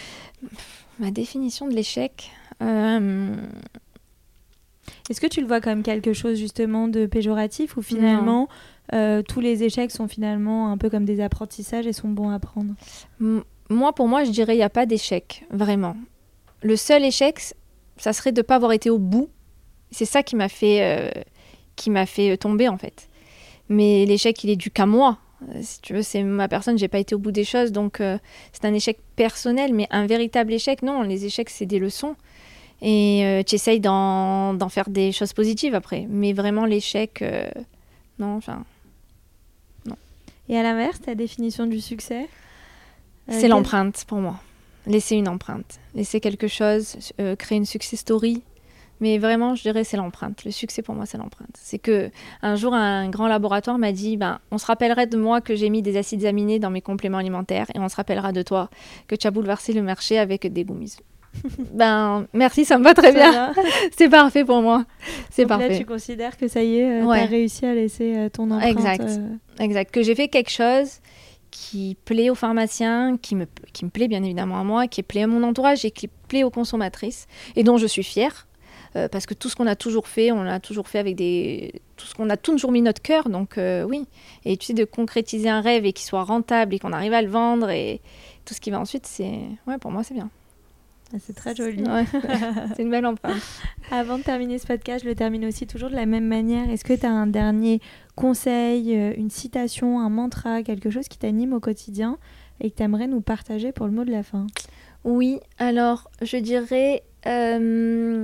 Ma définition de l'échec... Euh... Est-ce que tu le vois comme quelque chose justement de péjoratif ou finalement euh, tous les échecs sont finalement un peu comme des apprentissages et sont bons à prendre ? M- Moi, pour moi, je dirais il n'y a pas d'échec, vraiment. Le seul échec, ça serait de ne pas avoir été au bout. C'est ça qui m'a fait, euh, qui m'a fait tomber en fait. Mais l'échec, il est dû qu'à moi. Euh, si tu veux, c'est ma personne, j'ai pas été au bout des choses, donc euh, c'est un échec personnel, mais un véritable échec, non. Les échecs, c'est des leçons. Et euh, tu essayes d'en, d'en faire des choses positives après. Mais vraiment, l'échec, euh, non, enfin, non. Et à l'inverse, ta définition du succès ? euh, C'est quel... l'empreinte, pour moi. Laisser une empreinte. Laisser quelque chose, euh, créer une success story. Mais vraiment, je dirais, c'est l'empreinte. Le succès, pour moi, c'est l'empreinte. C'est qu'un jour, un grand laboratoire m'a dit, ben, on se rappellerait de moi que j'ai mis des acides aminés dans mes compléments alimentaires et on se rappellera de toi que tu as bouleversé le marché avec des gummies. Ben merci, ça me va très ça bien. Va. C'est parfait pour moi. C'est donc parfait. Là, tu considères que ça y est, euh, ouais. tu as réussi à laisser euh, ton empreinte. Exact. Euh... Exact. Que j'ai fait quelque chose qui plaît aux pharmaciens, qui me, qui me plaît bien évidemment à moi, qui plaît à mon entourage et qui plaît aux consommatrices et dont je suis fière. Euh, parce que tout ce qu'on a toujours fait, on l'a toujours fait avec des... Tout ce qu'on a toujours mis notre cœur, donc euh, oui. Et tu sais, de concrétiser un rêve et qu'il soit rentable et qu'on arrive à le vendre et tout ce qui va ensuite, c'est... Ouais, pour moi, c'est bien. C'est très joli. Ouais, c'est une belle empreinte. Avant de terminer ce podcast, je le termine aussi toujours de la même manière. Est-ce que tu as un dernier conseil, une citation, un mantra, quelque chose qui t'anime au quotidien et que tu aimerais nous partager pour le mot de la fin ? Oui, alors je dirais... Euh,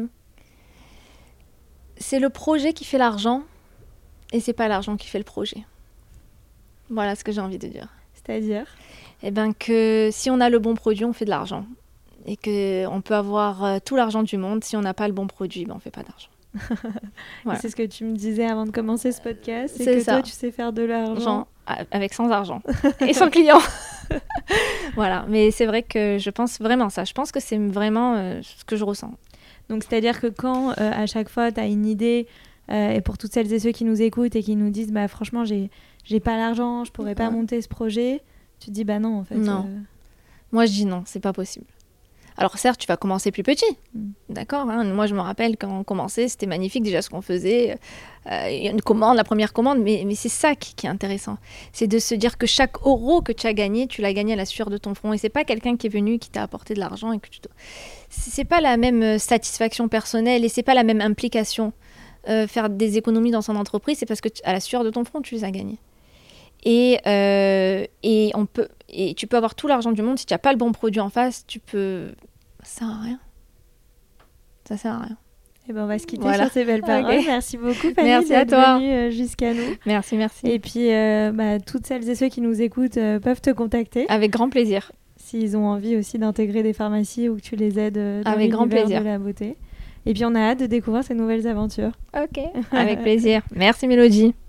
c'est le projet qui fait l'argent et c'est pas l'argent qui fait le projet. Voilà ce que j'ai envie de dire. C'est-à-dire ? Eh bien que si on a le bon produit, on fait de l'argent. Et qu'on peut avoir euh, tout l'argent du monde. Si on n'a pas le bon produit, ben on ne fait pas d'argent. Voilà. C'est ce que tu me disais avant de commencer ce podcast. C'est, c'est que ça. Toi, tu sais faire de l'argent. Genre, avec sans argent. Et sans client. Voilà. Mais c'est vrai que je pense vraiment ça. Je pense que c'est vraiment euh, ce que je ressens. Donc, c'est-à-dire que quand, euh, à chaque fois, tu as une idée, euh, et pour toutes celles et ceux qui nous écoutent et qui nous disent bah, « Franchement, j'ai, j'ai pas l'argent, je pourrais pas ouais. monter ce projet », tu te dis « Bah non, en fait. » Non. Euh... Moi, je dis non, c'est pas possible. Alors certes, tu vas commencer plus petit, Mm. d'accord, hein. Moi, je me rappelle quand on commençait, c'était magnifique déjà ce qu'on faisait. Euh, il y a une commande, la première commande, mais, mais c'est ça qui, qui est intéressant. C'est de se dire que chaque euro que tu as gagné, tu l'as gagné à la sueur de ton front. Et c'est pas quelqu'un qui est venu, qui t'a apporté de l'argent et que tu dois... C'est, c'est pas la même satisfaction personnelle et c'est pas la même implication. Euh, faire des économies dans son entreprise, c'est parce que tu, à la sueur de ton front, tu les as gagnées. Et, euh, et, on peut, et tu peux avoir tout l'argent du monde, si tu n'as pas le bon produit en face, tu peux... Ça sert à rien. Ça sert à rien. Et ben on va se quitter Voilà. sur ces belles paroles. Okay. Merci beaucoup, Fanny, merci à d'être toi. venue euh, jusqu'à nous. Merci, merci. Et puis, euh, bah, toutes celles et ceux qui nous écoutent euh, peuvent te contacter. Avec grand plaisir. S'ils ont envie aussi d'intégrer des pharmacies ou que tu les aides euh, dans Avec grand l'univers plaisir. de la beauté. Et puis, on a hâte de découvrir ces nouvelles aventures. Ok, avec plaisir. Merci Mélodie.